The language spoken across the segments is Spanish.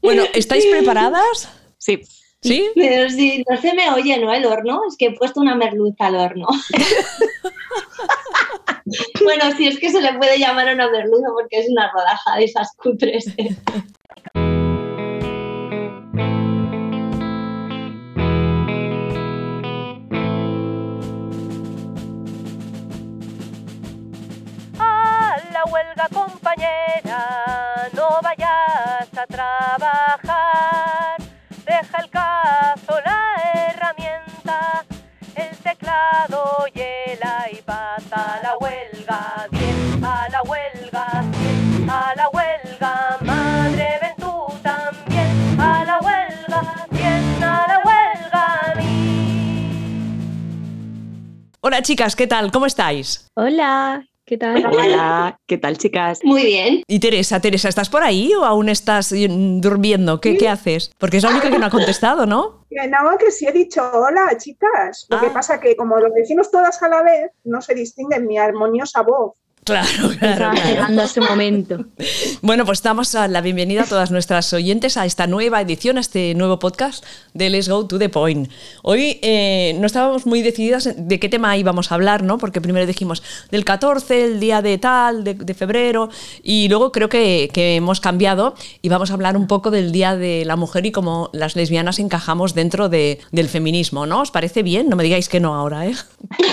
Bueno, ¿estáis preparadas? Sí. ¿Sí? Pero sí, no se me oye, ¿no? El horno, es que he puesto una merluza al horno. Bueno, sí, es que se le puede llamar una merluza porque es una rodaja de esas cutres. A la huelga, compañera, no vayas a trabajar. Deja el cazo, la herramienta, el teclado y el iPad. A la huelga, bien, a la huelga, bien, a la huelga. Madre, ven tú también, a la huelga, bien, a la huelga, Hola chicas, ¿qué tal? ¿Cómo estáis? Hola, ¿qué tal? Hola, ¿qué tal, chicas? Muy bien. Y Teresa, ¿estás por ahí o aún estás durmiendo? ¿Qué haces? Porque es la única que no ha contestado, ¿no? No, que sí he dicho hola, chicas. Lo que pasa que como lo decimos todas a la vez, no se distingue mi armoniosa voz. Claro. Estaba esperando ese momento. Bueno, pues damos la bienvenida a todas nuestras oyentes a esta nueva edición, a este nuevo podcast de Let's Go to the Point. Hoy no estábamos muy decididas de qué tema íbamos a hablar, ¿no? Porque primero dijimos del 14, el día de tal, de febrero, y luego creo que hemos cambiado y vamos a hablar un poco del Día de la Mujer y cómo las lesbianas encajamos dentro del feminismo, ¿no? ¿Os parece bien? No me digáis que no ahora, ¿eh?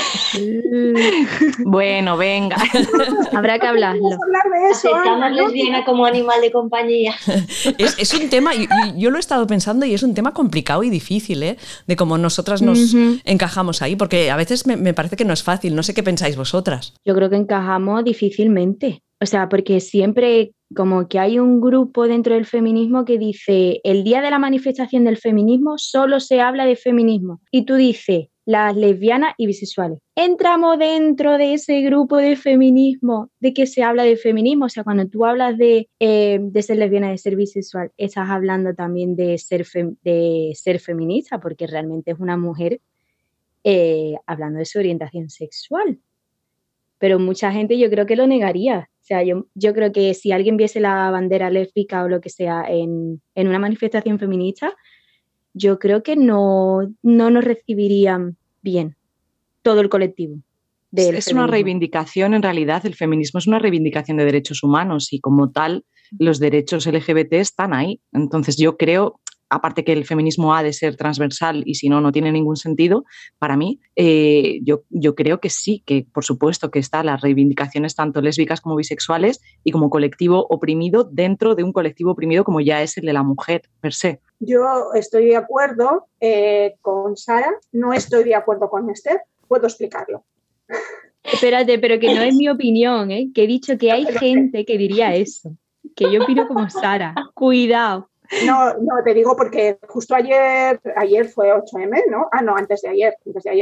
Bueno, venga. Habrá que hablarlo. Vamos a hablar de eso. Aceptamos lesbiana como animal de compañía. Es un tema, yo lo he estado pensando y es un tema complicado y difícil, ¿eh? De cómo nosotras nos encajamos ahí, porque a veces me parece que no es fácil. No sé qué pensáis vosotras. Yo creo que encajamos difícilmente. O sea, porque siempre como que hay un grupo dentro del feminismo que dice el día de la manifestación del feminismo solo se habla de feminismo. Y tú dices las lesbianas y bisexuales. Entramos dentro de ese grupo de feminismo, de que se habla de feminismo. O sea, cuando tú hablas de ser lesbiana, de ser bisexual, estás hablando también de ser feminista, porque realmente es una mujer hablando de su orientación sexual. Pero mucha gente yo creo que lo negaría. O sea, yo creo que si alguien viese la bandera lésbica o lo que sea en una manifestación feminista, yo creo que no nos recibirían bien todo el colectivo. Es una reivindicación, en realidad, el feminismo es una reivindicación de derechos humanos y como tal, los derechos LGBT están ahí. Entonces yo creo, aparte que el feminismo ha de ser transversal y si no, no tiene ningún sentido, para mí, yo creo que sí, que por supuesto que están las reivindicaciones tanto lésbicas como bisexuales y como colectivo oprimido dentro de un colectivo oprimido como ya es el de la mujer per se. Yo estoy de acuerdo con Sara, no estoy de acuerdo con Esther, puedo explicarlo. Espérate, pero que no es mi opinión, ¿eh? Que he dicho que hay gente que diría eso, que yo opino como Sara. Cuidado. No, te digo porque justo ayer fue 8M, ¿no? No, antes de ayer.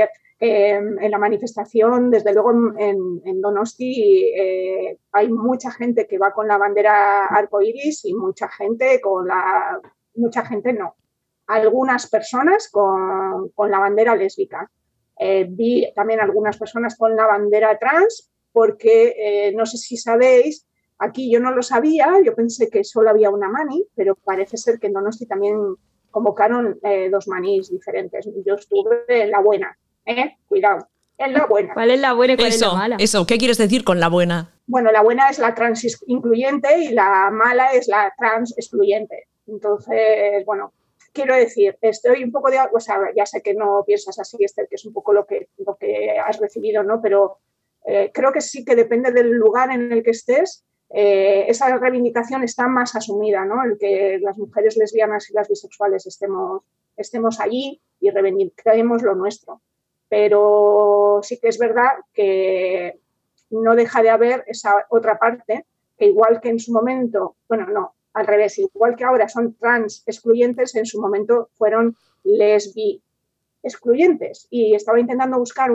En la manifestación, desde luego en Donosti hay mucha gente que va con la bandera arcoíris y mucha gente no. Algunas personas con la bandera lésbica. Vi también algunas personas con la bandera trans porque no sé si sabéis, aquí yo no lo sabía, yo pensé que solo había una mani, pero parece ser que en Donosti también convocaron 2 manís diferentes. Yo estuve en la buena, cuidado, en la buena. ¿Cuál es la buena y cuál es la mala? Eso, ¿qué quieres decir con la buena? Bueno, la buena es la trans incluyente y la mala es la trans excluyente. Entonces, bueno, quiero decir, estoy un poco o sea, ya sé que no piensas así, Esther, que es un poco lo que has recibido, ¿no? Pero creo que sí que depende del lugar en el que estés, esa reivindicación está más asumida, ¿no? El que las mujeres lesbianas y las bisexuales estemos allí y reivindiquemos lo nuestro. Pero sí que es verdad que no deja de haber esa otra parte que igual que en su momento, bueno, no, al revés, igual que ahora son trans excluyentes, en su momento fueron lesbi excluyentes. Y estaba intentando buscar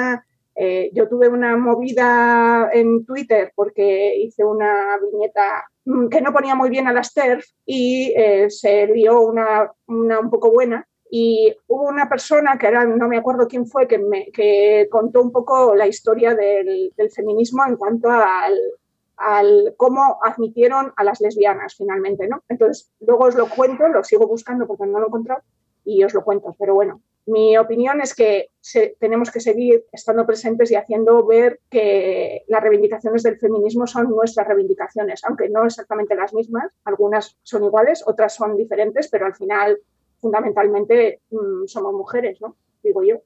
yo tuve una movida en Twitter porque hice una viñeta que no ponía muy bien a las TERF y se lió una un poco buena. Y hubo una persona, que ahora no me acuerdo quién fue, que contó un poco la historia del feminismo en cuanto al cómo admitieron a las lesbianas finalmente, ¿no? Entonces, luego os lo cuento, lo sigo buscando porque no lo he encontrado y os lo cuento. Pero bueno, mi opinión es que tenemos que seguir estando presentes y haciendo ver que las reivindicaciones del feminismo son nuestras reivindicaciones, aunque no exactamente las mismas. Algunas son iguales, otras son diferentes, pero al final, fundamentalmente, somos mujeres, ¿no? Digo yo.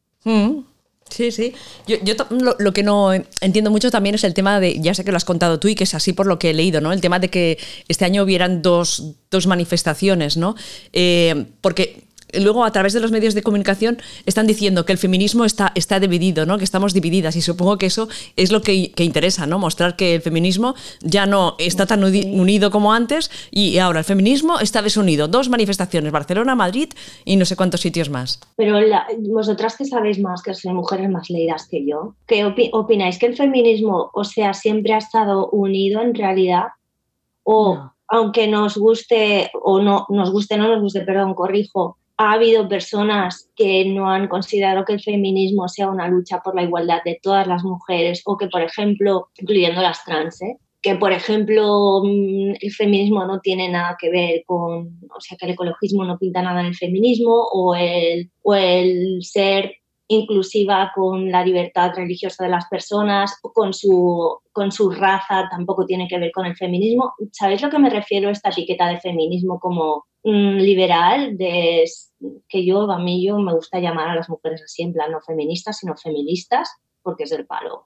Sí, sí. Yo lo que no entiendo mucho también es el tema de, ya sé que lo has contado tú y que es así por lo que he leído, ¿no? El tema de que este año hubieran dos manifestaciones, ¿no? Porque luego a través de los medios de comunicación están diciendo que el feminismo está dividido, ¿no? Que estamos divididas, y supongo que eso es lo que interesa, ¿no? Mostrar que el feminismo ya no está tan unido como antes y ahora el feminismo está desunido. 2 manifestaciones, Barcelona, Madrid y no sé cuántos sitios más. Pero vosotras que sabéis más, que sois mujeres más leídas que yo, ¿qué opináis? ¿Que el feminismo, o sea, siempre ha estado unido en realidad? ¿O no, aunque nos guste o no nos guste, perdón, corrijo, ha habido personas que no han considerado que el feminismo sea una lucha por la igualdad de todas las mujeres, o que, por ejemplo, incluyendo las trans, que, por ejemplo, el feminismo no tiene nada que ver con, o sea, que el ecologismo no pinta nada en el feminismo, o el ser inclusiva con la libertad religiosa de las personas, o con su raza tampoco tiene que ver con el feminismo? ¿Sabéis lo que me refiero a esta etiqueta de feminismo como liberal? A mí me gusta llamar a las mujeres así, en plan no feministas, sino feministas, porque es del palo.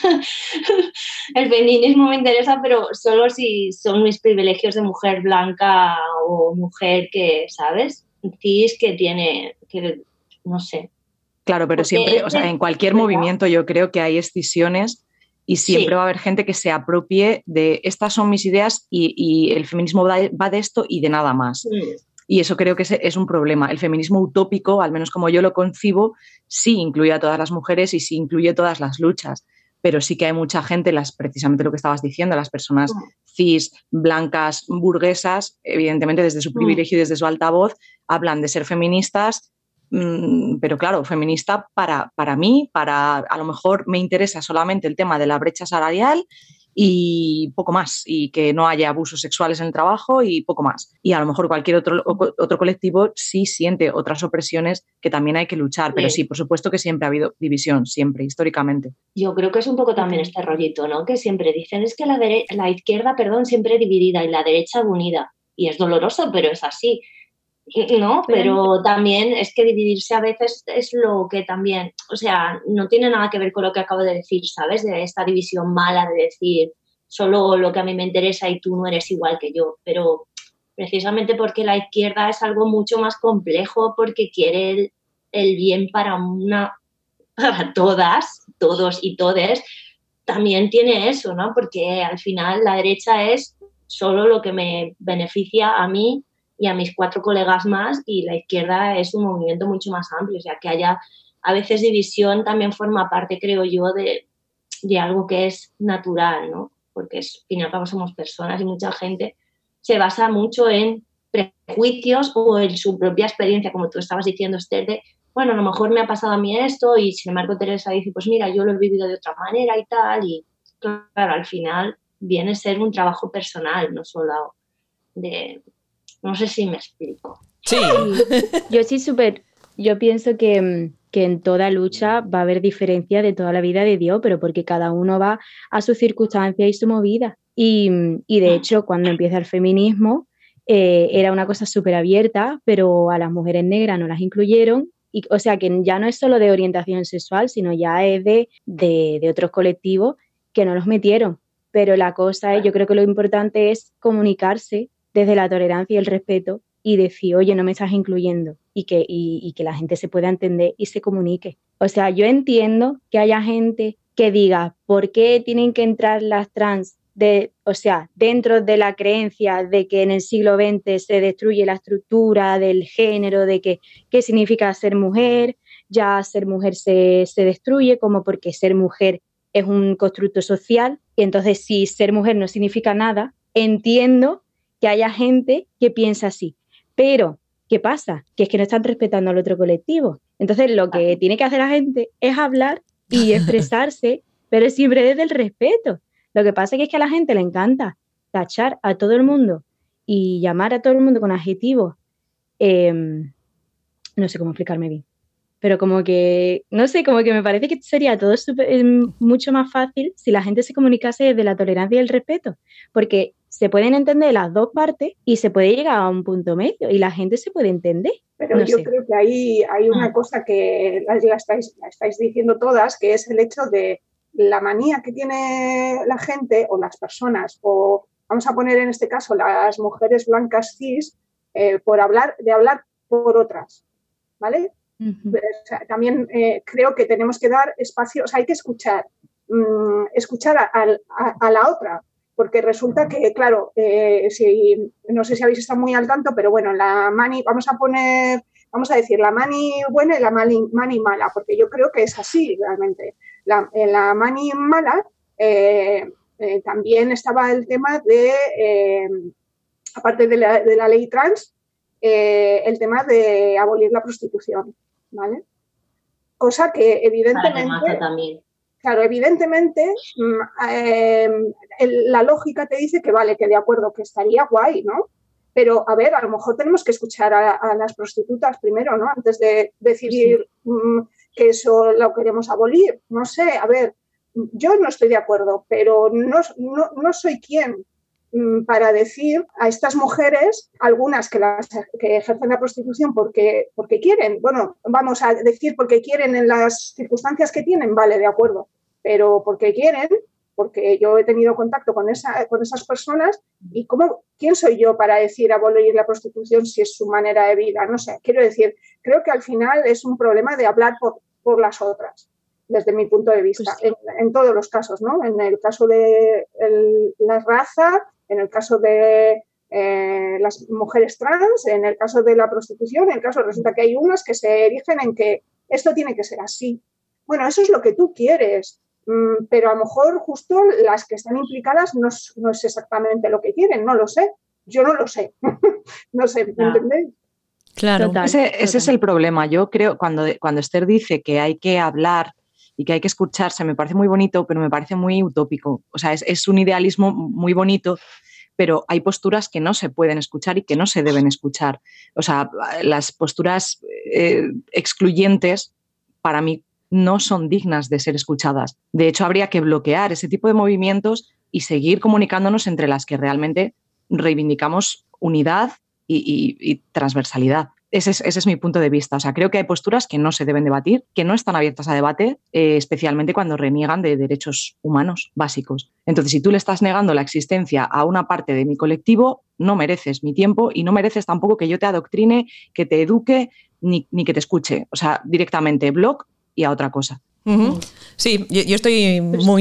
El feminismo me interesa, pero solo si son mis privilegios de mujer blanca o mujer que, ¿sabes? Cis que no sé. Claro, pero siempre, o sea, en cualquier movimiento yo creo que hay escisiones y siempre va a haber gente que se apropie de estas son mis ideas y el feminismo va de esto y de nada más. Y eso creo que es un problema. El feminismo utópico, al menos como yo lo concibo, sí incluye a todas las mujeres y sí incluye todas las luchas, pero sí que hay mucha gente, precisamente lo que estabas diciendo, las personas cis, blancas, burguesas, evidentemente desde su privilegio y desde su altavoz, hablan de ser feministas, pero claro, feminista para mí, a lo mejor me interesa solamente el tema de la brecha salarial y poco más, y que no haya abusos sexuales en el trabajo y poco más. Y a lo mejor cualquier otro colectivo sí siente otras opresiones que también hay que luchar, pero sí, por supuesto que siempre ha habido división, siempre, históricamente. Yo creo que es un poco también este rollito, ¿no? Que siempre dicen es que la izquierda, siempre dividida y la derecha unida. Y es doloroso, pero es así. No, pero también es que dividirse a veces es lo que también, o sea, no tiene nada que ver con lo que acabo de decir, ¿sabes? De esta división mala de decir solo lo que a mí me interesa y tú no eres igual que yo, pero precisamente porque la izquierda es algo mucho más complejo, porque quiere el bien para todas, todos y todes, también tiene eso, ¿no? Porque al final la derecha es solo lo que me beneficia a mí y a mis 4 colegas más, y la izquierda es un movimiento mucho más amplio, o sea, que haya a veces división también forma parte, creo yo, de algo que es natural, ¿no? Porque al fin y al cabo somos personas y mucha gente se basa mucho en prejuicios o en su propia experiencia, como tú estabas diciendo, Esther, de, bueno, a lo mejor me ha pasado a mí esto, y sin embargo Teresa dice, pues mira, yo lo he vivido de otra manera y tal, y claro, al final viene a ser un trabajo personal, no solo de... No sé si me explico. Sí. Yo pienso que en toda lucha va a haber diferencia de toda la vida de Dios, pero porque cada uno va a sus circunstancias y su movida. Y de hecho, cuando empieza el feminismo, era una cosa súper abierta, pero a las mujeres negras no las incluyeron. Y, o sea, que ya no es solo de orientación sexual, sino ya es de otros colectivos que no los metieron. Pero la cosa es, yo creo que lo importante es comunicarse desde la tolerancia y el respeto y decir, oye, no me estás incluyendo, y que la gente se pueda entender y se comunique. O sea, yo entiendo que haya gente que diga, ¿por qué tienen que entrar las trans? Dentro de la creencia de que en el siglo XX se destruye la estructura del género, de qué significa ser mujer, ya ser mujer se destruye, como porque ser mujer es un constructo social, y entonces si ser mujer no significa nada, entiendo que haya gente que piensa así. Pero, ¿qué pasa? Que es que no están respetando al otro colectivo. Entonces, lo que tiene que hacer la gente es hablar y expresarse, pero siempre desde el respeto. Lo que pasa es que a la gente le encanta tachar a todo el mundo y llamar a todo el mundo con adjetivos. No sé cómo explicarme bien, pero como que, no sé, como que me parece que sería todo mucho más fácil si la gente se comunicase desde la tolerancia y el respeto, porque se pueden entender las dos partes y se puede llegar a un punto medio y la gente se puede entender. Pero no yo sé. creo que ahí hay una cosa que la estáis diciendo todas, que es el hecho de la manía que tiene la gente o las personas, o vamos a poner en este caso las mujeres blancas cis, por hablar por otras, ¿vale? Uh-huh. O sea, también creo que tenemos que dar espacio, o sea, hay que escuchar a la otra, porque resulta que, claro, no sé si habéis estado muy al tanto, pero bueno, la mani, vamos a decir la mani buena y la mani mala, porque yo creo que es así realmente. En la mani mala también estaba el tema de, aparte de la ley trans, el tema de abolir la prostitución, ¿vale? Cosa que evidentemente... también. Claro, evidentemente la lógica te dice que vale, que de acuerdo, que estaría guay, ¿no? Pero, a ver, a lo mejor tenemos que escuchar a las prostitutas primero, ¿no? Antes de decidir que eso lo queremos abolir. No sé, a ver, yo no estoy de acuerdo, pero no soy quien para decir a estas mujeres, algunas que ejercen la prostitución porque quieren, bueno, vamos a decir porque quieren en las circunstancias que tienen, vale, de acuerdo, pero porque quieren, porque yo he tenido contacto con esas personas y ¿quién soy yo para decir abolir la prostitución si es su manera de vida? No sé, quiero decir, creo que al final es un problema de hablar por las otras, desde mi punto de vista, pues, en todos los casos, ¿no? En el caso de la raza, en el caso de las mujeres trans, en el caso de la prostitución, en el caso resulta que hay unas que se erigen en que esto tiene que ser así. Bueno, eso es lo que tú quieres, pero a lo mejor justo las que están implicadas no es exactamente lo que quieren, no lo sé. Yo no lo sé. No sé, ¿me entendéis? Claro. Ese es el problema. Yo creo, cuando Esther dice que hay que hablar y que hay que escucharse, me parece muy bonito, pero me parece muy utópico. O sea, es un idealismo muy bonito, pero hay posturas que no se pueden escuchar y que no se deben escuchar. O sea, las posturas excluyentes, para mí, no son dignas de ser escuchadas. De hecho, habría que bloquear ese tipo de movimientos y seguir comunicándonos entre las que realmente reivindicamos unidad y transversalidad. Ese es mi punto de vista. O sea, creo que hay posturas que no se deben debatir, que no están abiertas a debate, especialmente cuando reniegan de derechos humanos básicos. Entonces, si tú le estás negando la existencia a una parte de mi colectivo, no mereces mi tiempo y no mereces tampoco que yo te adoctrine, que te eduque, ni que te escuche. O sea, directamente blog y a otra cosa. Uh-huh. Sí, yo estoy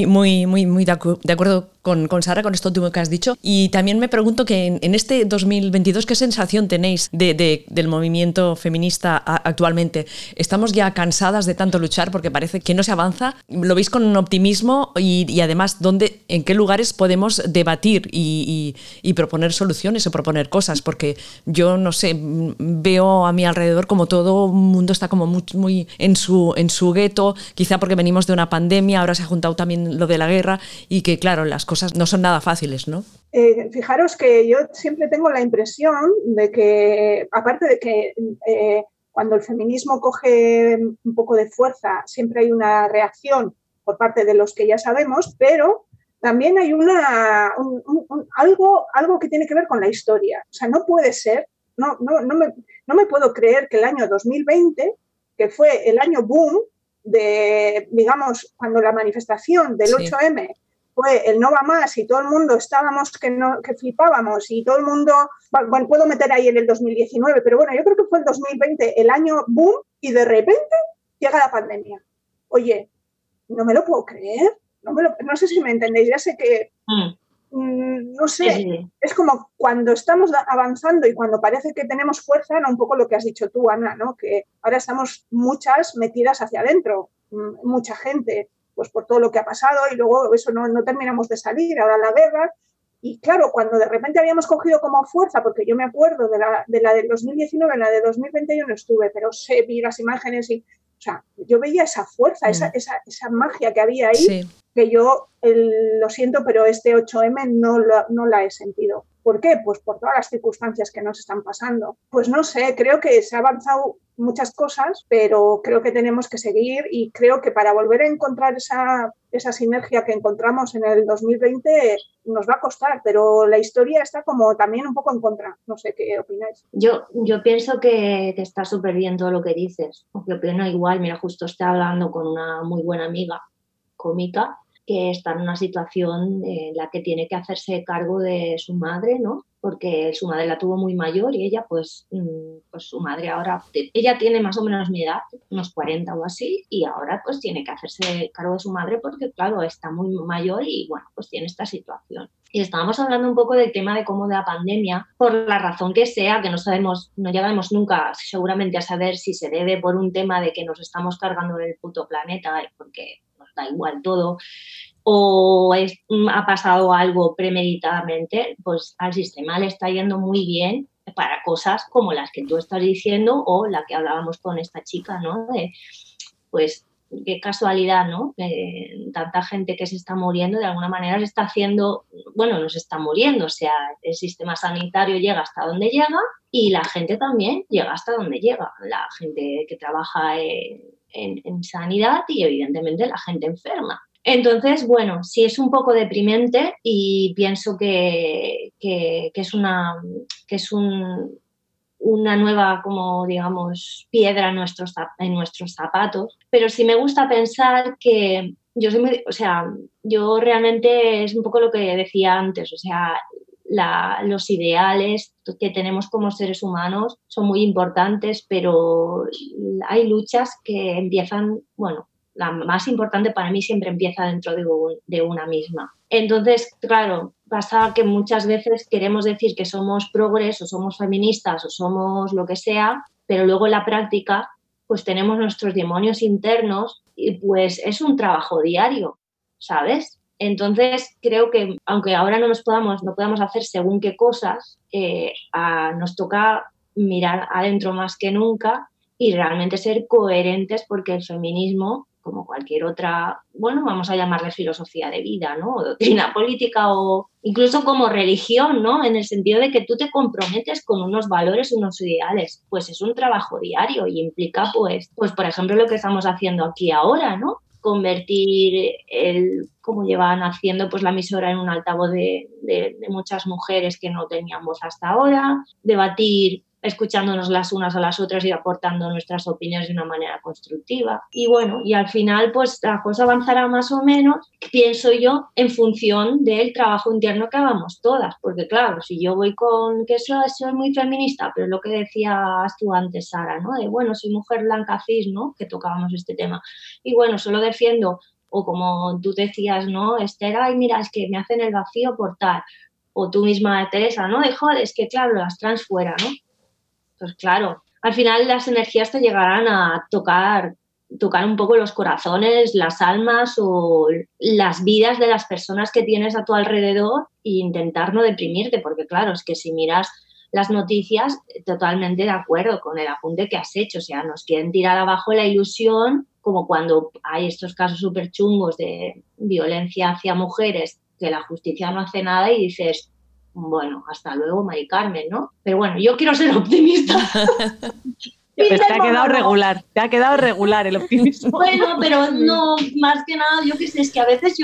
muy de acuerdo con Sara, con esto último que has dicho. Y también me pregunto que en este 2022, ¿qué sensación tenéis del movimiento feminista actualmente? ¿Estamos ya cansadas de tanto luchar porque parece que no se avanza? ¿Lo veis con optimismo? Y además, ¿en qué lugares podemos debatir y proponer soluciones o proponer cosas? Porque yo, no sé, veo a mi alrededor como todo el mundo está como muy en su gueto, quizá porque venimos de una pandemia, ahora se ha juntado también lo de la guerra y que, claro, las cosas no son nada fáciles, ¿no? Fijaros que yo siempre tengo la impresión de que, aparte de que cuando el feminismo coge un poco de fuerza, siempre hay una reacción por parte de los que ya sabemos, pero también hay algo que tiene que ver con la historia. O sea, no puede ser, no me puedo creer que el año 2020, que fue el año boom, digamos, cuando la manifestación del 8M fue el no va más y todo el mundo estábamos que flipábamos y todo el mundo, bueno, puedo meter ahí en el 2019, pero bueno, yo creo que fue el 2020 el año boom y de repente llega la pandemia. Oye, no me lo puedo creer, no sé si me entendéis, ya sé que no sé, sí. Es como cuando estamos avanzando y cuando parece que tenemos fuerza, ¿no? Un poco lo que has dicho tú, Ana, ¿no? Que ahora estamos muchas metidas hacia adentro, mucha gente, pues por todo lo que ha pasado y luego eso no terminamos de salir, ahora la guerra. Y claro, cuando de repente habíamos cogido como fuerza, porque yo me acuerdo de la del 2019, en la de 2021 estuve, pero vi las imágenes y sea, yo veía esa fuerza, esa magia que había ahí, Sí. que yo, lo siento, pero este 8M no la he sentido. ¿Por qué? Pues por todas las circunstancias que nos están pasando. Pues no sé, creo que se ha avanzado muchas cosas, pero creo que tenemos que seguir y creo que para volver a encontrar esa sinergia que encontramos en el 2020 nos va a costar, pero la historia está como también un poco en contra. No sé qué opináis. Yo pienso que está súper bien todo lo que dices, porque opino igual. Mira, justo estoy hablando con una muy buena amiga cómica que está en una situación en la que tiene que hacerse cargo de su madre, ¿no? Porque su madre la tuvo muy mayor y ella, pues su madre ahora, ella tiene más o menos mi edad, unos 40 o así, y ahora pues tiene que hacerse cargo de su madre porque, claro, está muy mayor y, bueno, pues tiene esta situación. Y estábamos hablando un poco del tema de cómo de la pandemia, por la razón que sea, que no sabemos, no llegaremos nunca seguramente a saber si se debe por un tema de que nos estamos cargando el puto planeta, porque nos da igual todo, o ha pasado algo premeditadamente, pues al sistema le está yendo muy bien para cosas como las que tú estás diciendo o la que hablábamos con esta chica, ¿no? Pues qué casualidad, ¿no? Tanta gente que se está muriendo, de alguna manera se está haciendo, bueno, no se está muriendo, o sea, el sistema sanitario llega hasta donde llega y la gente también llega hasta donde llega, la gente que trabaja en sanidad y evidentemente la gente enferma. Entonces, bueno, sí es un poco deprimente y pienso que es una nueva, como digamos, piedra en nuestros zapatos, pero sí me gusta pensar que yo realmente es un poco lo que decía antes, o sea, los ideales que tenemos como seres humanos son muy importantes, pero hay luchas que empiezan, bueno, la más importante para mí siempre empieza dentro de una misma. Entonces, claro, pasa que muchas veces queremos decir que somos progres o somos feministas o somos lo que sea, pero luego en la práctica pues tenemos nuestros demonios internos y pues es un trabajo diario, ¿sabes? Entonces creo que aunque ahora no podamos hacer según qué cosas, nos toca mirar adentro más que nunca y realmente ser coherentes porque el feminismo, como cualquier otra, bueno, vamos a llamarle filosofía de vida, ¿no? O doctrina política o incluso como religión, ¿no? En el sentido de que tú te comprometes con unos valores, unos ideales. Pues es un trabajo diario y implica, pues por ejemplo, lo que estamos haciendo aquí ahora, ¿no? Convertir como llevan haciendo pues la emisora en un altavoz de muchas mujeres que no tenían voz hasta ahora, debatir escuchándonos las unas a las otras y aportando nuestras opiniones de una manera constructiva. Y bueno, y al final pues la cosa avanzará más o menos, pienso yo, en función del trabajo interno que hagamos todas. Porque claro, si yo voy con que soy muy feminista, pero lo que decías tú antes, Sara, ¿no? De bueno, soy mujer blanca cis, ¿no? Que tocábamos este tema. Y bueno, solo defiendo, o como tú decías, ¿no? Esther, ay, mira, es que me hacen el vacío por tal. O tú misma, Teresa, ¿no? De joder, es que claro, las trans fuera, ¿no? Pues claro, al final las energías te llegarán a tocar un poco los corazones, las almas o las vidas de las personas que tienes a tu alrededor e intentar no deprimirte, porque claro, es que si miras las noticias, totalmente de acuerdo con el apunte que has hecho, o sea, nos quieren tirar abajo la ilusión, como cuando hay estos casos súper chungos de violencia hacia mujeres, que la justicia no hace nada y dices, bueno, hasta luego, Mari Carmen, ¿no? Pero bueno, yo quiero ser optimista. Pues te ha quedado regular el optimismo. Bueno, pero no, más que nada, yo qué sé, es que a veces,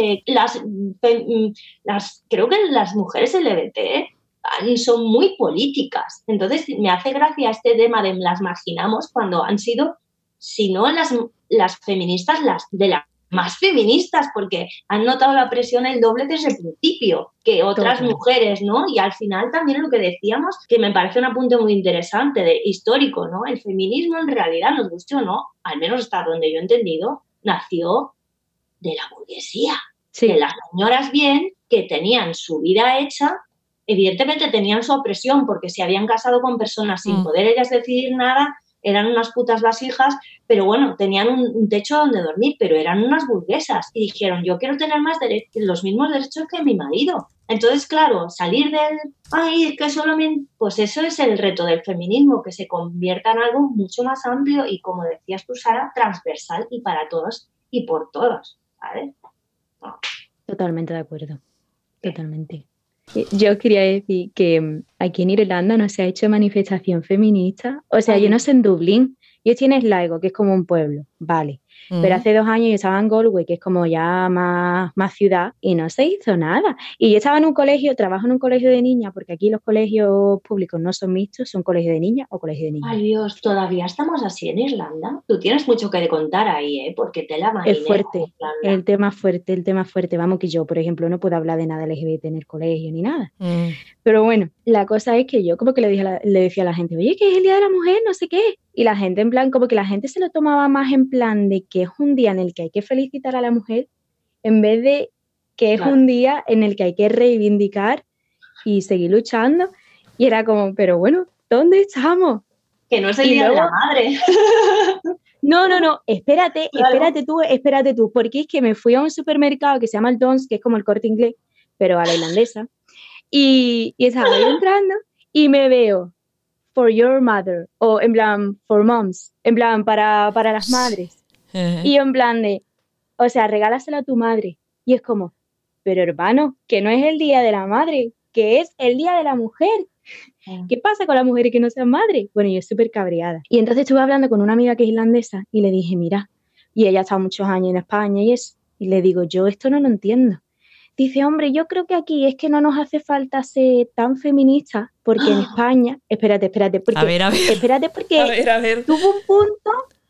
creo que las mujeres LGBT son muy políticas. Entonces, me hace gracia este tema de las marginamos cuando han sido, si no las feministas, de las más feministas, porque han notado la presión el doble desde el principio que otras mujeres, ¿no? Y al final también lo que decíamos, que me parece un apunte muy interesante, histórico, ¿no? El feminismo en realidad, nos guste o no, al menos hasta donde yo he entendido, nació de la burguesía, de las señoras bien que tenían su vida hecha, evidentemente tenían su opresión porque se habían casado con personas sin poder ellas decidir nada, eran unas putas vasijas, pero bueno, tenían un techo donde dormir, pero eran unas burguesas y dijeron, yo quiero tener los mismos derechos que mi marido. Entonces, claro, salir del, ay, es que solo pues eso es el reto del feminismo, que se convierta en algo mucho más amplio y, como decías tú, Sara, transversal y para todos y por todos, ¿sabes? No. Totalmente de acuerdo, totalmente. Yo quería decir que aquí en Irlanda no se ha hecho manifestación feminista. O sea, yo no sé en Dublín, yo estoy en Sligo, que es como un pueblo, vale. Pero hace 2 años yo estaba en Galway, que es como ya más ciudad, y no se hizo nada. Y yo estaba en un colegio, trabajo en un colegio de niñas, porque aquí los colegios públicos no son mixtos, son colegios de niñas o colegios de niños. Ay, Dios, todavía estamos así en Irlanda. Tú tienes mucho que contar ahí, ¿eh? Porque te la marinera. Es fuerte, el tema fuerte. Vamos, que yo, por ejemplo, no puedo hablar de nada LGBT en el colegio ni nada. Pero bueno, la cosa es que yo como que le decía a la gente, oye, que es el Día de la Mujer, no sé qué. Y la gente en plan, como que la gente se lo tomaba más en plan de que es un día en el que hay que felicitar a la mujer, en vez de que es un día en el que hay que reivindicar y seguir luchando. Y era como, pero bueno, ¿dónde estamos? Que no es el Día de la Madre. No, espérate tú, porque es que me fui a un supermercado que se llama el Don's, que es como el Corte Inglés, pero a la irlandesa, y estaba yo entrando y me veo for your mother, o en plan for moms, en plan para las madres, y yo en plan de, o sea, regálaselo a tu madre, y es como, pero hermano, que no es el Día de la Madre, que es el Día de la Mujer. ¿Qué pasa con las mujeres que no sean madres? Bueno, yo súper cabreada. Y entonces estuve hablando con una amiga que es irlandesa y le dije, mira, y ella ha estado muchos años en España y eso, y le digo, yo esto no lo entiendo. Dice, hombre, yo creo que aquí es que no nos hace falta ser tan feministas, porque en España, espérate, porque, a ver. espérate, porque a ver. tuvo un punto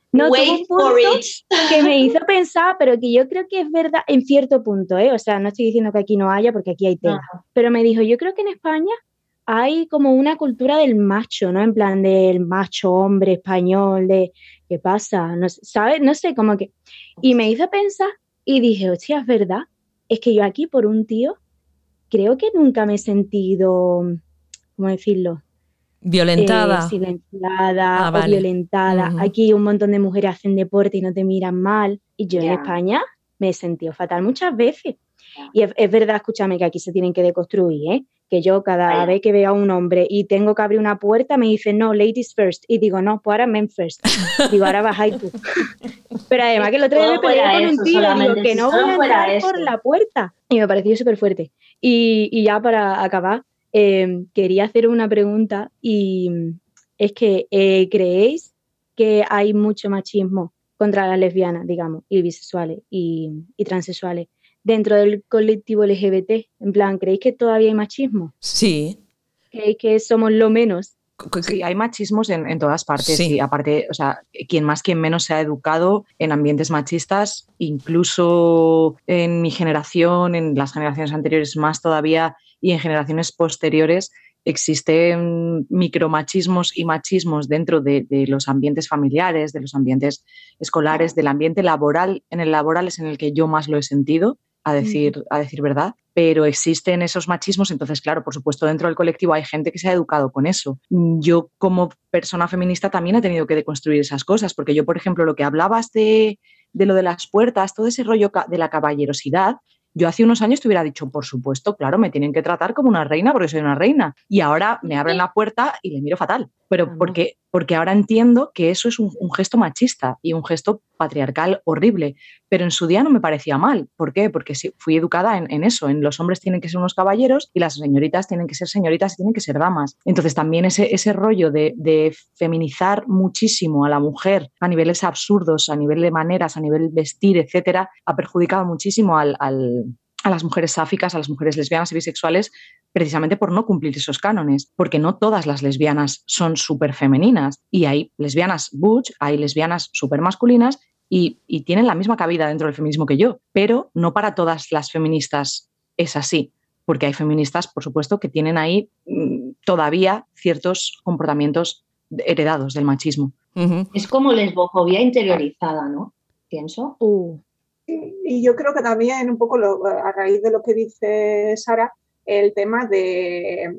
que me hizo pensar, pero que yo creo que es verdad en cierto punto, ¿eh? O sea, no estoy diciendo que aquí no haya, porque aquí hay tela. Pero me dijo, yo creo que en España hay como una cultura del macho, ¿no? En plan del macho hombre español, de ¿qué pasa? No sé, ¿sabes? No sé, como que... Y me hizo pensar y dije, hostia, es verdad, es que yo aquí por un tío creo que nunca me he sentido, ¿cómo decirlo? Violentada. Silenciada o vale. violentada. Aquí un montón de mujeres hacen deporte y no te miran mal. Y yo en España me he sentido fatal muchas veces. Y es verdad, escúchame, que aquí se tienen que deconstruir, ¿eh? Que yo cada vez que veo a un hombre y tengo que abrir una puerta me dicen, no, ladies first. Y digo, no, pues ahora men first. Digo, ahora bajáis tú. Pero además que el otro día me peleé con un tío y digo, que no voy a entrar por la puerta. Y me pareció súper fuerte. Y ya para acabar, quería hacer una pregunta y es que ¿creéis que hay mucho machismo contra las lesbianas, digamos, y bisexuales y transexuales dentro del colectivo LGBT? En plan, ¿creéis que todavía hay machismo? Sí. ¿Creéis que somos lo menos? Sí, hay machismos en todas partes. Sí. Y aparte, o sea, quien más, quien menos se ha educado en ambientes machistas, incluso en mi generación, en las generaciones anteriores más todavía y en generaciones posteriores, existen micromachismos y machismos dentro de los ambientes familiares, de los ambientes escolares, del ambiente laboral. En el laboral es en el que yo más lo he sentido, a decir verdad, pero existen esos machismos, entonces, claro, por supuesto, dentro del colectivo hay gente que se ha educado con eso. Yo, como persona feminista, también he tenido que deconstruir esas cosas, porque yo, por ejemplo, lo que hablabas de lo de las puertas, todo ese rollo de la caballerosidad, yo hace unos años te hubiera dicho, por supuesto, claro, me tienen que tratar como una reina porque soy una reina. Y ahora me abren la puerta y le miro fatal. Pero porque ahora entiendo que eso es un gesto machista y un gesto patriarcal horrible. Pero en su día no me parecía mal. ¿Por qué? Porque fui educada en eso. En los hombres tienen que ser unos caballeros y las señoritas tienen que ser señoritas y tienen que ser damas. Entonces también ese rollo de feminizar muchísimo a la mujer a niveles absurdos, a nivel de maneras, a nivel vestir, etcétera, ha perjudicado muchísimo a las mujeres sáficas, a las mujeres lesbianas y bisexuales, precisamente por no cumplir esos cánones, porque no todas las lesbianas son súper femeninas y hay lesbianas butch, hay lesbianas súper masculinas y tienen la misma cabida dentro del feminismo que yo, pero no para todas las feministas es así, porque hay feministas, por supuesto, que tienen ahí todavía ciertos comportamientos heredados del machismo. Es como lesbofobia interiorizada, ¿no? Pienso. Y yo creo que también un poco a raíz de lo que dice Sara, el tema en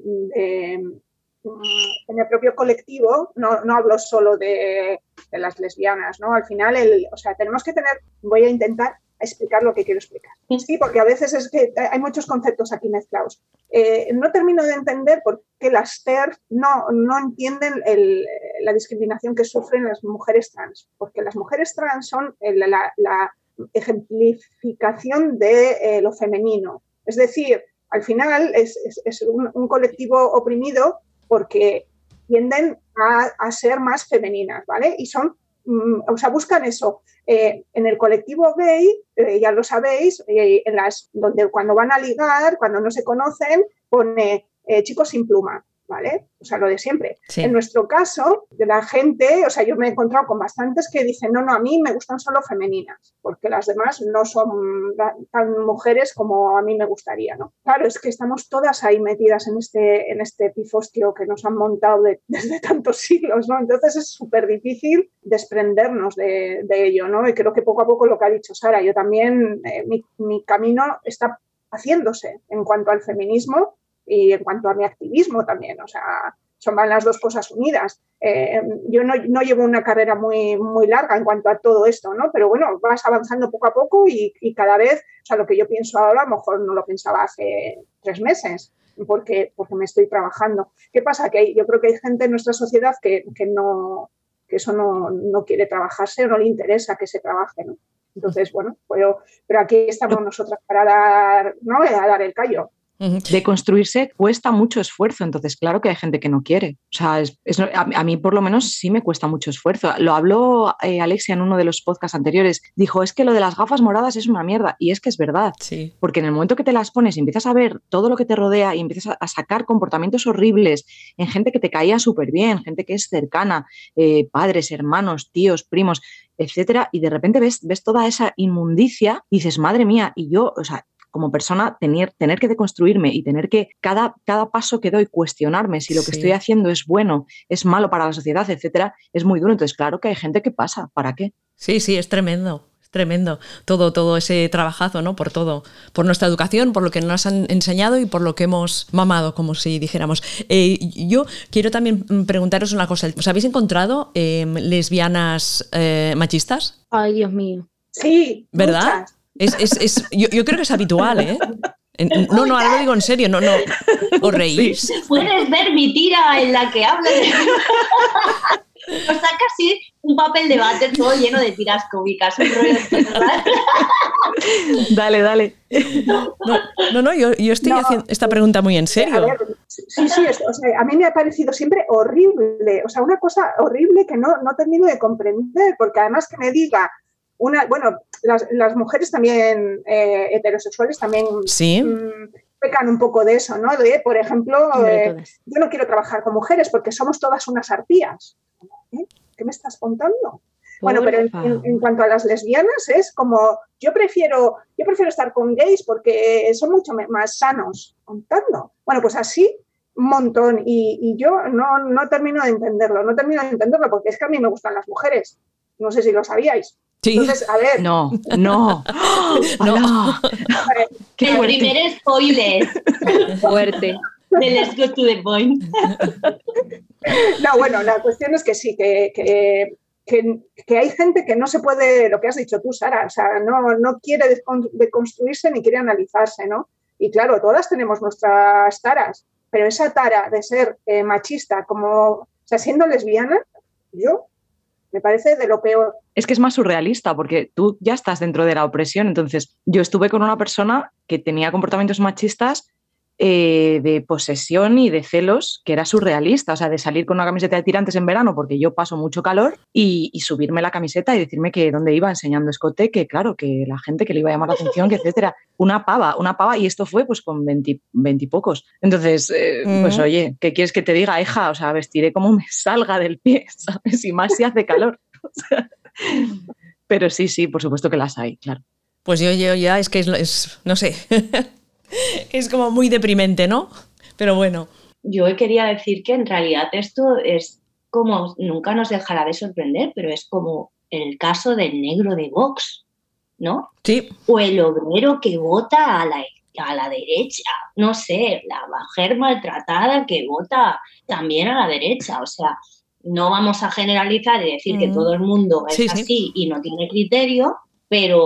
el propio colectivo, no hablo solo de las lesbianas, ¿no? Al final, o sea, tenemos que tener, voy a intentar explicar lo que quiero explicar. Sí, porque a veces es que hay muchos conceptos aquí mezclados. No termino de entender por qué las TERF no entienden la discriminación que sufren las mujeres trans, porque las mujeres trans son la ejemplificación de lo femenino. Es decir, al final es un colectivo oprimido porque tienden a ser más femeninas, ¿vale? Y son, o sea, buscan eso. En el colectivo gay, ya lo sabéis, donde cuando van a ligar, cuando no se conocen, pone chicos sin pluma, ¿vale? O sea, lo de siempre. Sí. En nuestro caso, de la gente, o sea, yo me he encontrado con bastantes que dicen, no, a mí me gustan solo femeninas, porque las demás no son tan mujeres como a mí me gustaría, ¿no? Claro, es que estamos todas ahí metidas en este pifostio que nos han montado desde tantos siglos, ¿no? Entonces es súper difícil desprendernos de ello, ¿no? Y creo que poco a poco lo que ha dicho Sara, yo también, mi camino está haciéndose en cuanto al feminismo y en cuanto a mi activismo también, o sea, son las dos cosas unidas. Yo no llevo una carrera muy, muy larga en cuanto a todo esto, ¿no? Pero bueno, vas avanzando poco a poco y cada vez, o sea, lo que yo pienso ahora a lo mejor no lo pensaba hace 3 meses, porque me estoy trabajando. ¿Qué pasa? Que yo creo que hay gente en nuestra sociedad que eso no quiere trabajarse o no le interesa que se trabaje, ¿no? Entonces, bueno, pero aquí estamos nosotras para dar el callo. De construirse cuesta mucho esfuerzo, entonces claro que hay gente que no quiere. O sea, a mí por lo menos sí me cuesta mucho esfuerzo. Lo habló Alexia en uno de los podcasts anteriores. Dijo, es que lo de las gafas moradas es una mierda. Y es que es verdad. Sí. Porque en el momento que te las pones y empiezas a ver todo lo que te rodea y empiezas a sacar comportamientos horribles en gente que te caía súper bien, gente que es cercana, padres, hermanos, tíos, primos, etcétera, y de repente ves toda esa inmundicia y dices, madre mía, y yo, o sea, como persona, tener que deconstruirme y tener que cada paso que doy cuestionarme si lo que estoy haciendo es bueno, es malo para la sociedad, etcétera, es muy duro. Entonces, claro que hay gente que pasa. ¿Para qué? Sí, es tremendo. Tremendo, todo ese trabajazo, ¿no? Por todo, por nuestra educación, por lo que nos han enseñado y por lo que hemos mamado, como si dijéramos. Yo quiero también preguntaros una cosa. ¿Os habéis encontrado lesbianas machistas? Ay, Dios mío. Sí, ¿verdad? Yo creo que es habitual, ¿eh? No, ahora lo digo en serio, no. ¿Os reís? Sí. Puedes ver mi tira en la que hablo de... O sea, casi un papel de váter todo lleno de tiras cómicas. Un rollo, ¿verdad? Dale. No, yo estoy haciendo esta pregunta muy en serio. A ver, sí, o sea, a mí me ha parecido siempre horrible. O sea, una cosa horrible que no termino de comprender, porque además que me diga las mujeres también heterosexuales también pecan un poco de eso, ¿no? De, por ejemplo, yo no quiero trabajar con mujeres porque somos todas unas arpías. ¿Qué me estás contando? Bueno, pero en cuanto a las lesbianas es como, yo prefiero estar con gays porque son mucho más sanos, contando. Bueno, pues así un montón y yo no termino de entenderlo porque es que a mí me gustan las mujeres. No sé si lo sabíais. Sí. Entonces, a ver. No. El primer spoiler. Fuerte. De Let's Go to the Point. No, bueno, la cuestión es que sí, que hay gente que no se puede, lo que has dicho tú, Sara, o sea, no quiere deconstruirse ni quiere analizarse, ¿no? Y claro, todas tenemos nuestras taras, pero esa tara de ser machista, o sea, siendo lesbiana, me parece de lo peor. Es que es más surrealista porque tú ya estás dentro de la opresión. Entonces, yo estuve con una persona que tenía comportamientos machistas de posesión y de celos, que era surrealista, o sea, de salir con una camiseta de tirantes en verano porque yo paso mucho calor y subirme la camiseta y decirme que dónde iba enseñando escote, que claro, que la gente que le iba a llamar la atención, que etcétera. Una pava, y esto fue pues con 20 y pocos. Entonces, pues oye, ¿qué quieres que te diga, hija? O sea, vestiré como me salga del pie, ¿sabes? Y más si hace calor. O sea, pero sí, por supuesto que las hay, claro. Pues yo ya es que es no sé, es como muy deprimente, ¿no? Pero bueno. Yo quería decir que en realidad esto es como, nunca nos dejará de sorprender, pero es como el caso del negro de Vox, ¿no? Sí. O el obrero que vota a la derecha, no sé, la mujer maltratada que vota también a la derecha, o sea, no vamos a generalizar y decir que todo el mundo es así y no tiene criterio, pero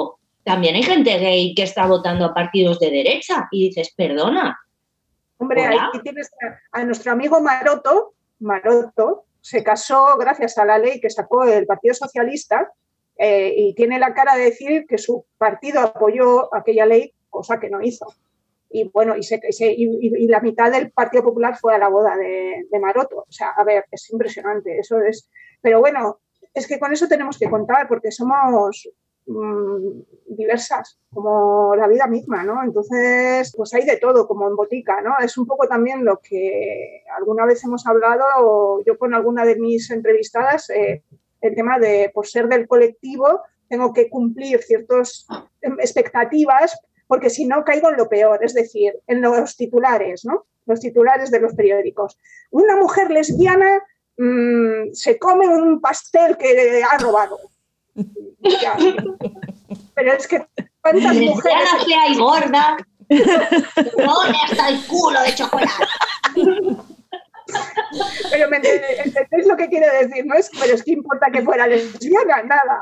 también hay gente gay que está votando a partidos de derecha y dices, perdona. Hombre, aquí tienes a nuestro amigo Maroto. Maroto se casó gracias a la ley que sacó el Partido Socialista y tiene la cara de decir que su partido apoyó aquella ley, cosa que no hizo. Y bueno, y la mitad del Partido Popular fue a la boda de Maroto. O sea, a ver, es impresionante, eso es. Pero bueno, es que con eso tenemos que contar porque somos diversas, como la vida misma, ¿no? Entonces, pues hay de todo, como en botica, ¿no? Es un poco también lo que alguna vez hemos hablado, yo con alguna de mis entrevistadas, el tema de, por ser del colectivo, tengo que cumplir ciertas expectativas, porque si no caigo en lo peor, es decir, en los titulares, ¿no? Los titulares de los periódicos. Una mujer lesbiana se come un pastel que ha robado. Ya. Pero es que ¿cuántas mujeres? Ya fea y gorda, pone hasta el culo de chocolate. Pero ¿me entendéis lo que quiero decir? ¿No? Pero es que importa que fuera lesbiana, nada.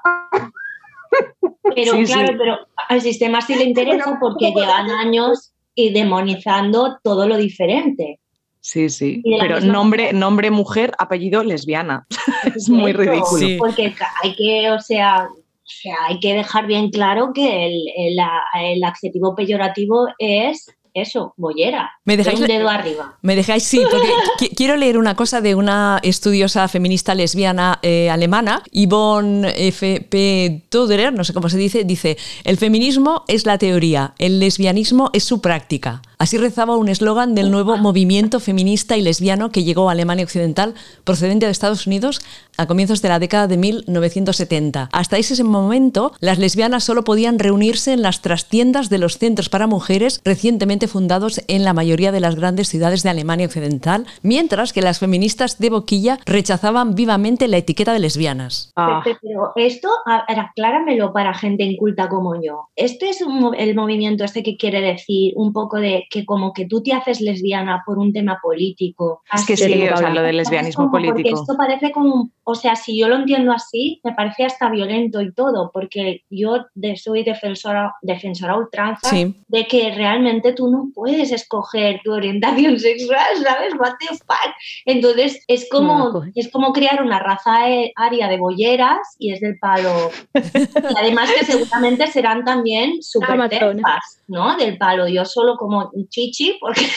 Pero sí, claro, sí. Pero al sistema sí le interesa porque llevan años y demonizando todo lo diferente. Sí, sí, pero nombre mujer, apellido lesbiana. Es muy ridículo. Sí. Porque hay que, o sea, hay que dejar bien claro que el adjetivo peyorativo es eso, bollera. ¿Me dejáis un dedo arriba? Me dejáis, sí, porque quiero leer una cosa de una estudiosa feminista lesbiana alemana, Yvonne F.P. Toderer, no sé cómo se dice, el feminismo es la teoría, el lesbianismo es su práctica. Así rezaba un eslogan del nuevo movimiento feminista y lesbiano que llegó a Alemania Occidental procedente de Estados Unidos a comienzos de la década de 1970. Hasta ese momento, las lesbianas solo podían reunirse en las trastiendas de los centros para mujeres recientemente fundados en la mayoría de las grandes ciudades de Alemania Occidental, mientras que las feministas de boquilla rechazaban vivamente la etiqueta de lesbianas. Pero esto, acláramelo para gente inculta como yo. ¿Este es el movimiento este que quiere decir un poco de que como que tú te haces lesbiana por un tema político? Es que sí, o sea, lo del lesbianismo político. Porque esto parece como, o sea, si yo lo entiendo así, me parece hasta violento y todo, porque yo soy defensora a ultranza de que realmente tú no puedes escoger tu orientación sexual, ¿sabes? What the fuck? Entonces es como crear una raza aria de bolleras y es del palo. Y además que seguramente serán también súper terfas, ¿no? Del palo. Yo solo como chichi porque,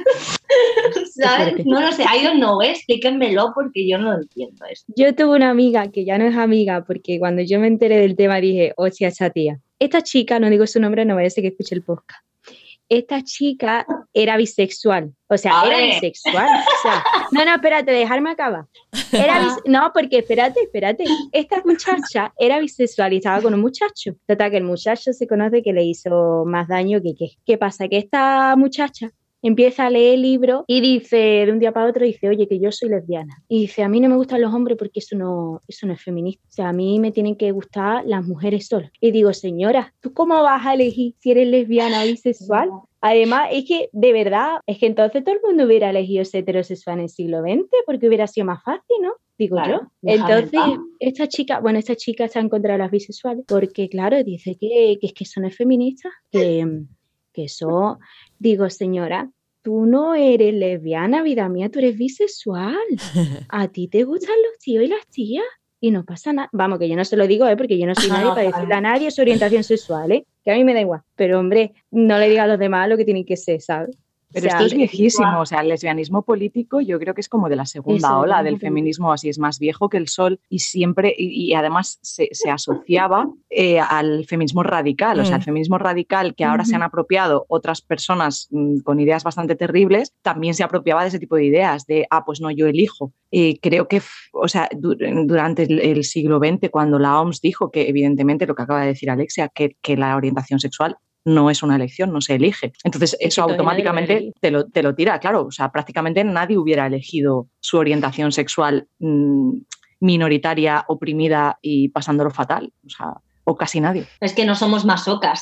¿sabes? No lo sé, I don't know, explíquenmelo porque yo no lo entiendo esto. Yo tuve una amiga que ya no es amiga porque cuando yo me enteré del tema dije, hostia, esa tía. Esta chica, no digo su nombre, no vaya a ser que escuche el podcast. Esta chica era bisexual, o sea, era bisexual. O sea, no, espérate, dejarme acabar. No, porque espérate. Esta muchacha era bisexual y estaba con un muchacho. Total, que el muchacho se conoce que le hizo más daño que qué. ¿Qué pasa? Que esta muchacha empieza a leer el libro y dice, de un día para otro, dice, oye, que yo soy lesbiana. Y dice, a mí no me gustan los hombres porque eso no es feminista. O sea, a mí me tienen que gustar las mujeres solas. Y digo, señora, ¿tú cómo vas a elegir si eres lesbiana o bisexual? Además, es que, de verdad, es que entonces todo el mundo hubiera elegido ser heterosexual en el siglo XX porque hubiera sido más fácil, ¿no? Digo claro, yo. Entonces, esta chica está en contra de las bisexuales porque, claro, dice que es que eso no es feminista, que eso... Digo, señora, tú no eres lesbiana, vida mía, tú eres bisexual. A ti te gustan los tíos y las tías y no pasa nada. Vamos, que yo no se lo digo, porque yo no soy nadie para decirle a nadie su orientación sexual, que a mí me da igual. Pero, hombre, no le diga a los demás lo que tienen que ser, ¿sabes? Pero esto es viejísimo, o sea, el lesbianismo político yo creo que es como de la segunda ola del feminismo, así es más viejo que el sol y siempre, y además se asociaba al feminismo radical, o sea, el feminismo radical que ahora se han apropiado otras personas con ideas bastante terribles, también se apropiaba de ese tipo de ideas, de, pues no, yo elijo. Creo que, o sea, durante el siglo XX, cuando la OMS dijo que evidentemente lo que acaba de decir Alexia, que la orientación sexual no es una elección, no se elige. Entonces eso automáticamente te lo tira, claro. O sea, prácticamente nadie hubiera elegido su orientación sexual minoritaria, oprimida y pasándolo fatal. O sea, o casi nadie. Es que no somos masocas.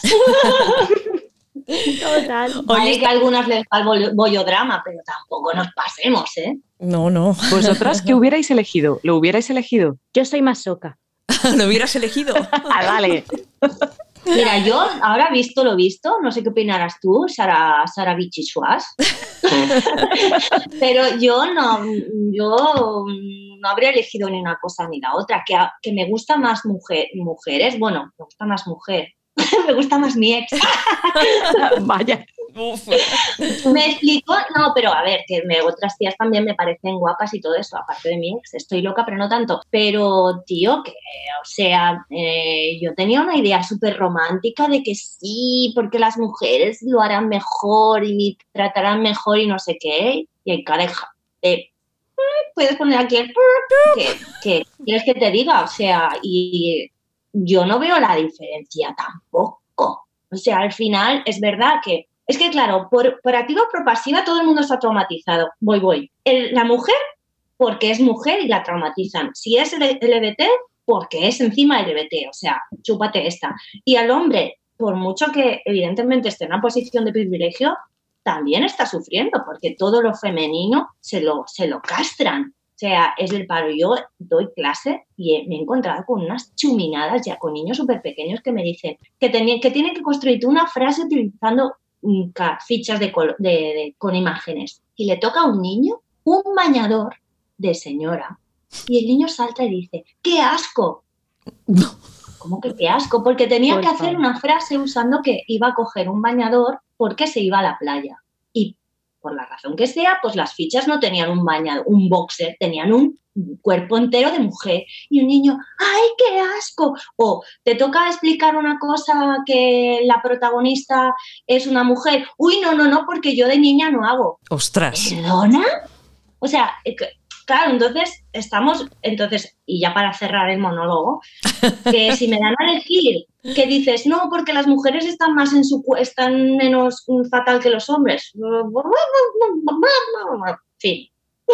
Total. Oye, que a algunas les da el bollodrama, pero tampoco nos pasemos, ¿eh? No. ¿Vosotras qué hubierais elegido? ¿Lo hubierais elegido? Yo soy masoca. ¿Lo hubieras elegido? Vale. Mira, yo ahora visto lo visto, no sé qué opinarás tú, Sara Bichisuas, pero yo no habría elegido ni una cosa ni la otra, que me gusta más mujeres, bueno, me gusta más mujer, me gusta más mi ex. Vaya. Uf. ¿Me explico? No, pero a ver, que otras tías también me parecen guapas y todo eso, aparte de mi ex, estoy loca, pero no tanto. Pero, tío, o sea, yo tenía una idea súper romántica de que sí, porque las mujeres lo harán mejor y me tratarán mejor y no sé qué. Y hay careja. Puedes poner aquí el... que quieres que te diga, o sea, y yo no veo la diferencia tampoco. O sea, al final es verdad que es que, claro, por activa o por pasiva todo el mundo está traumatizado. Voy. La mujer, porque es mujer y la traumatizan. Si es LGBT, porque es encima LGBT. O sea, chúpate esta. Y al hombre, por mucho que evidentemente esté en una posición de privilegio, también está sufriendo, porque todo lo femenino se lo castran. O sea, es el paro. Yo doy clase y me he encontrado con unas chuminadas ya, con niños súper pequeños que me dicen que tienen que construirte una frase utilizando fichas con imágenes. Y le toca a un niño un bañador de señora y el niño salta y dice, ¡qué asco! ¿Cómo que qué asco? Porque tenía que hacer una frase usando que iba a coger un bañador porque se iba a la playa. Y por la razón que sea, pues las fichas no tenían un bañador, un boxer, tenían un cuerpo entero de mujer. Y un niño, ¡ay, qué asco! O te toca explicar una cosa que la protagonista es una mujer. ¡Uy, no, porque yo de niña no hago! ¡Ostras! ¿Perdona? O sea, claro, entonces, y ya para cerrar el monólogo, que si me dan a elegir que dices, no, porque las mujeres están están menos fatal que los hombres. Sí.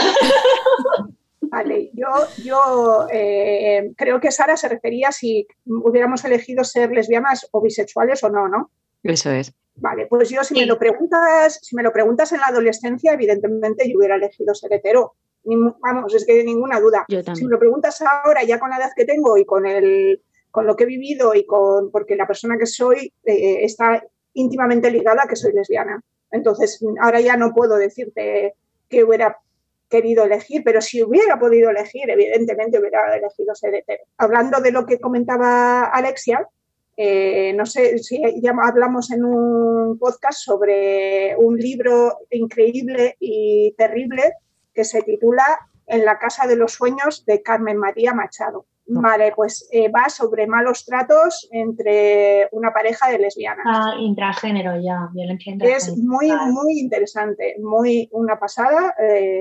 Vale, yo creo que Sara se refería a si hubiéramos elegido ser lesbianas o bisexuales o no, ¿no? Eso es. Vale, pues yo si me lo preguntas en la adolescencia, evidentemente yo hubiera elegido ser hetero. Vamos, es que de ninguna duda. Si me lo preguntas ahora, ya con la edad que tengo y con lo que he vivido y porque la persona que soy está íntimamente ligada a que soy lesbiana. Entonces, ahora ya no puedo decirte que hubiera querido elegir, pero si hubiera podido elegir, evidentemente hubiera elegido ser hetero. Hablando de lo que comentaba Alexia, no sé si ya hablamos en un podcast sobre un libro increíble y terrible que se titula En la casa de los sueños, de Carmen María Machado. Vale, pues va sobre malos tratos entre una pareja de lesbianas. Intragénero ya, violencia intragénero. Es muy interesante, muy una pasada.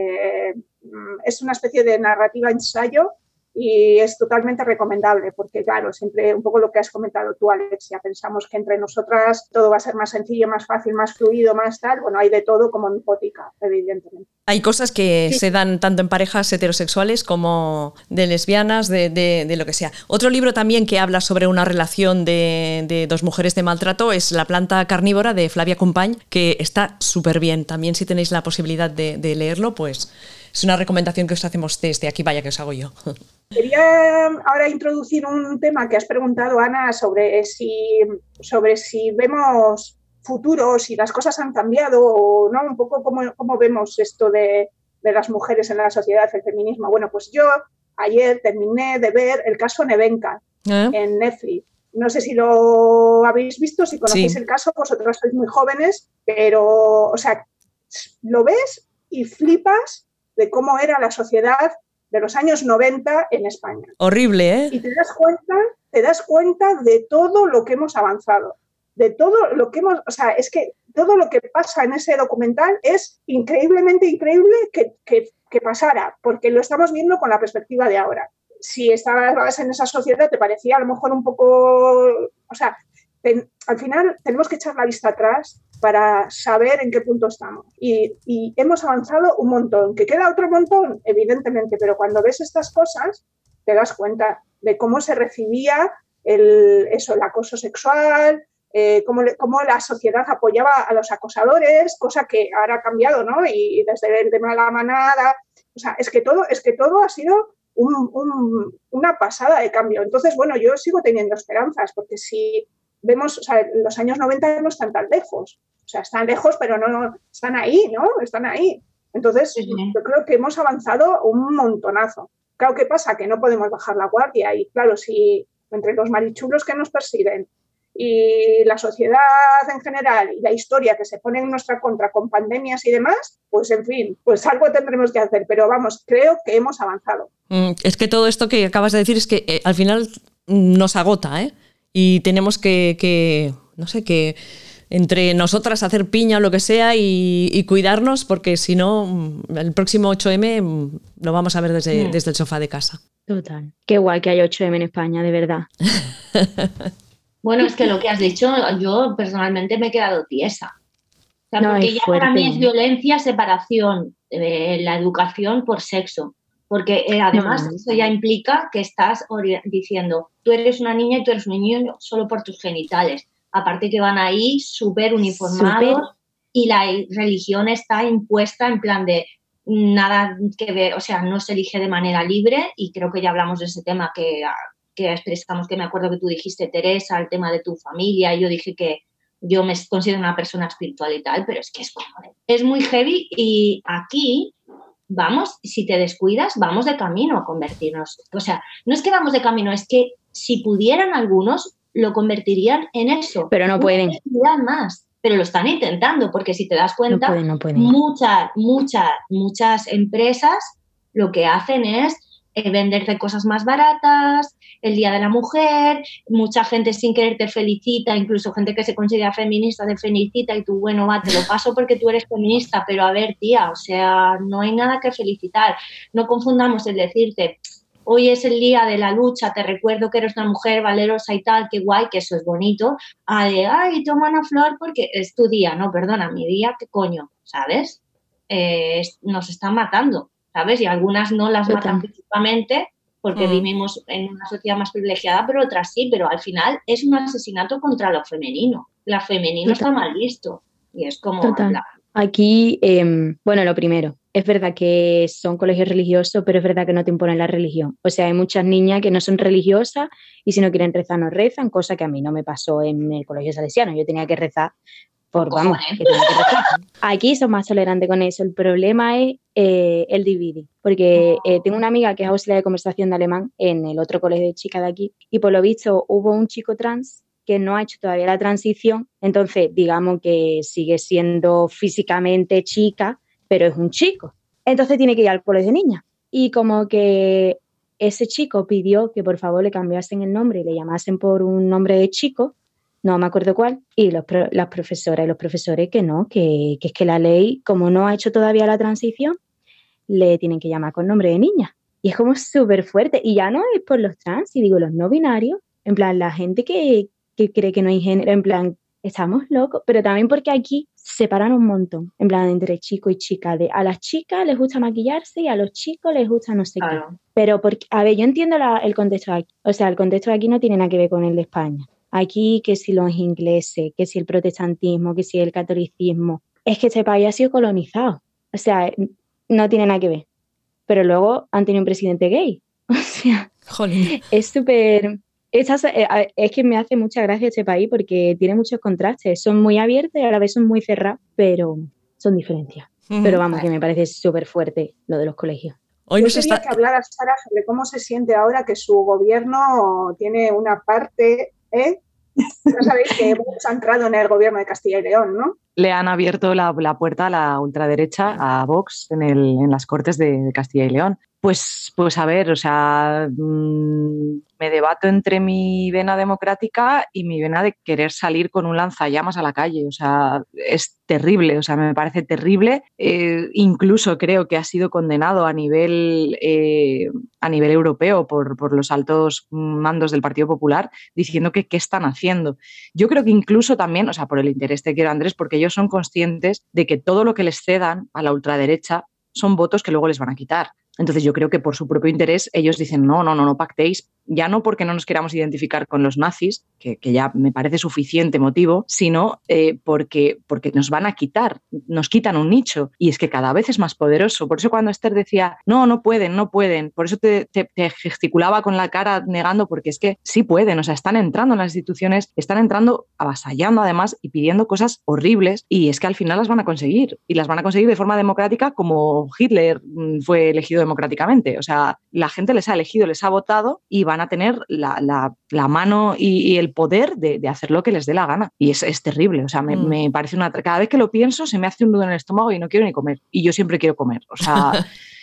Es una especie de narrativa ensayo y es totalmente recomendable porque, claro, siempre un poco lo que has comentado tú, Alexia, pensamos que entre nosotras todo va a ser más sencillo, más fácil, más fluido, más tal. Bueno, hay de todo como en Pótica, evidentemente. Hay cosas que se dan tanto en parejas heterosexuales como de lesbianas, de lo que sea. Otro libro también que habla sobre una relación de dos mujeres de maltrato es La planta carnívora, de Flavia Company, que está súper bien. También si tenéis la posibilidad de leerlo, pues es una recomendación que os hacemos desde aquí, vaya que os hago yo. Quería ahora introducir un tema que has preguntado, Ana, sobre si vemos futuro, si las cosas han cambiado o no, un poco cómo vemos esto de las mujeres en la sociedad, el feminismo. Bueno, pues yo ayer terminé de ver el caso Nevenka en Netflix. No sé si lo habéis visto, si conocéis el caso, vosotros sois muy jóvenes, pero, o sea, lo ves y flipas de cómo era la sociedad de los años 90 en España. Horrible, ¿eh? Y te das cuenta de todo lo que hemos avanzado, de todo lo que hemos... O sea, es que todo lo que pasa en ese documental es increíblemente increíble que pasara, porque lo estamos viendo con la perspectiva de ahora. Si estabas en esa sociedad, te parecía a lo mejor un poco... O sea, al final tenemos que echar la vista atrás para saber en qué punto estamos. Y hemos avanzado un montón. ¿Que queda otro montón? Evidentemente, pero cuando ves estas cosas te das cuenta de cómo se recibía el acoso sexual, cómo la sociedad apoyaba a los acosadores, cosa que ahora ha cambiado, ¿no? Y desde el tema de la manada, o sea, es que todo ha sido una pasada de cambio. Entonces, bueno, yo sigo teniendo esperanzas, porque si vemos, o sea, los años 90 no están tan lejos. O sea, están lejos, pero no están ahí, ¿no? Están ahí. Entonces, yo creo que hemos avanzado un montonazo. Claro, ¿qué pasa? Que no podemos bajar la guardia. Y claro, si entre los marichulos que nos persiguen y la sociedad en general y la historia que se pone en nuestra contra con pandemias y demás, pues en fin, pues algo tendremos que hacer. Pero vamos, creo que hemos avanzado. Es que todo esto que acabas de decir es que al final nos agota, ¿eh? Y tenemos que no sé, que entre nosotras hacer piña o lo que sea y cuidarnos, porque si no, el próximo 8M lo vamos a ver desde el sofá de casa. Total. Qué guay que haya 8M en España, de verdad. Bueno, es que lo que has dicho, yo personalmente me he quedado tiesa. O sea, No, porque es ya fuerte. para mí es violencia, separación, la educación por sexo. Porque además No. eso ya implica que estás diciendo, tú eres una niña y tú eres un niño solo por tus genitales. Aparte que van ahí súper uniformados y la religión está impuesta en plan de nada que ver, o sea, no se elige de manera libre, y creo que ya hablamos de ese tema que expresamos, que me acuerdo que tú dijiste, Teresa, el tema de tu familia, y yo dije que yo me considero una persona espiritual y tal, pero es que es muy heavy, y aquí vamos, si te descuidas, vamos de camino a convertirnos. O sea, no es que vamos de camino, es que si pudieran algunos, lo convertirían en eso. Pero no pueden. Más, pero lo están intentando, porque si te das cuenta, No pueden. Muchas empresas lo que hacen es venderte cosas más baratas, el Día de la Mujer, mucha gente sin querer te felicita, incluso gente que se considera feminista te felicita y tú, bueno, va, te lo paso porque tú eres feminista, pero a ver, tía, o sea, no hay nada que felicitar. No confundamos el decirte, hoy es el día de la lucha, te recuerdo que eres una mujer valerosa y tal, qué guay, que eso es bonito, a de, ay, toma una flor porque es tu día. No, perdona, mi día, ¿qué coño? ¿Sabes? Nos están matando, ¿sabes? Y algunas no las matan físicamente porque vivimos en una sociedad más privilegiada, pero otras sí, pero al final es un asesinato contra lo femenino. Lo femenino está mal visto. Y es como... Aquí, bueno, lo primero, es verdad que son colegios religiosos, pero es verdad que no te imponen la religión. O sea, hay muchas niñas que no son religiosas y si no quieren rezar, no rezan, cosa que a mí no me pasó en el colegio salesiano. Yo tenía que rezar que tenía que rezar. Aquí son más tolerantes con eso. El problema es el dividir, porque tengo una amiga que es auxiliar de conversación de alemán en el otro colegio de chicas de aquí y por lo visto hubo un chico trans que no ha hecho todavía la transición, entonces digamos que sigue siendo físicamente chica, pero es un chico. Entonces tiene que ir al colegio de niñas. Y como que ese chico pidió que por favor le cambiasen el nombre y le llamasen por un nombre de chico, no me acuerdo cuál, y las profesoras y los profesores que no, que es que la ley, como no ha hecho todavía la transición, le tienen que llamar con nombre de niña. Y es como súper fuerte. Y ya no es por los trans, y digo los no binarios, en plan la gente que cree que no hay género, en plan, estamos locos, pero también porque aquí separan un montón, en plan, entre chico y chica, de a las chicas les gusta maquillarse y a los chicos les gusta no sé qué. Pero, porque, a ver, yo entiendo el contexto de aquí, o sea, el contexto de aquí no tiene nada que ver con el de España. Aquí, que si los ingleses, que si el protestantismo, que si el catolicismo, es que este país ha sido colonizado, o sea, no tiene nada que ver. Pero luego han tenido un presidente gay, o sea, Jolín. Es súper... Es que me hace mucha gracia este país porque tiene muchos contrastes. Son muy abiertos y a la vez son muy cerrados, pero son diferencias. Pero vamos, que me parece súper fuerte lo de los colegios. Hoy nos quería que hablara Sara sobre cómo se siente ahora que su gobierno tiene una parte... Ya sabéis que hemos entrado en el gobierno de Castilla y León, ¿no? Le han abierto la puerta a la ultraderecha, a Vox, en las Cortes de Castilla y León. Pues a ver, o sea, me debato entre mi vena democrática y mi vena de querer salir con un lanzallamas a la calle. O sea, es terrible, o sea, me parece terrible. Incluso creo que ha sido condenado a nivel europeo por los altos mandos del Partido Popular, diciendo que qué están haciendo. Yo creo que incluso también, o sea, por el interés te quiero, Andrés, porque ellos son conscientes de que todo lo que les cedan a la ultraderecha son votos que luego les van a quitar. Entonces yo creo que por su propio interés ellos dicen no pactéis ya no porque no nos queramos identificar con los nazis, que ya me parece suficiente motivo, sino porque nos van a quitar, nos quitan un nicho, y es que cada vez es más poderoso. Por eso cuando Esther decía, no pueden, por eso te gesticulaba con la cara negando, porque es que sí pueden, o sea, están entrando en las instituciones, están entrando avasallando además y pidiendo cosas horribles, y es que al final las van a conseguir, y las van a conseguir de forma democrática, como Hitler fue elegido democráticamente. O sea, la gente les ha elegido, les ha votado, y van a tener la mano y el poder de hacer lo que les dé la gana, y es terrible. O sea, me parece cada vez que lo pienso se me hace un nudo en el estómago y no quiero ni comer, y yo siempre quiero comer, o sea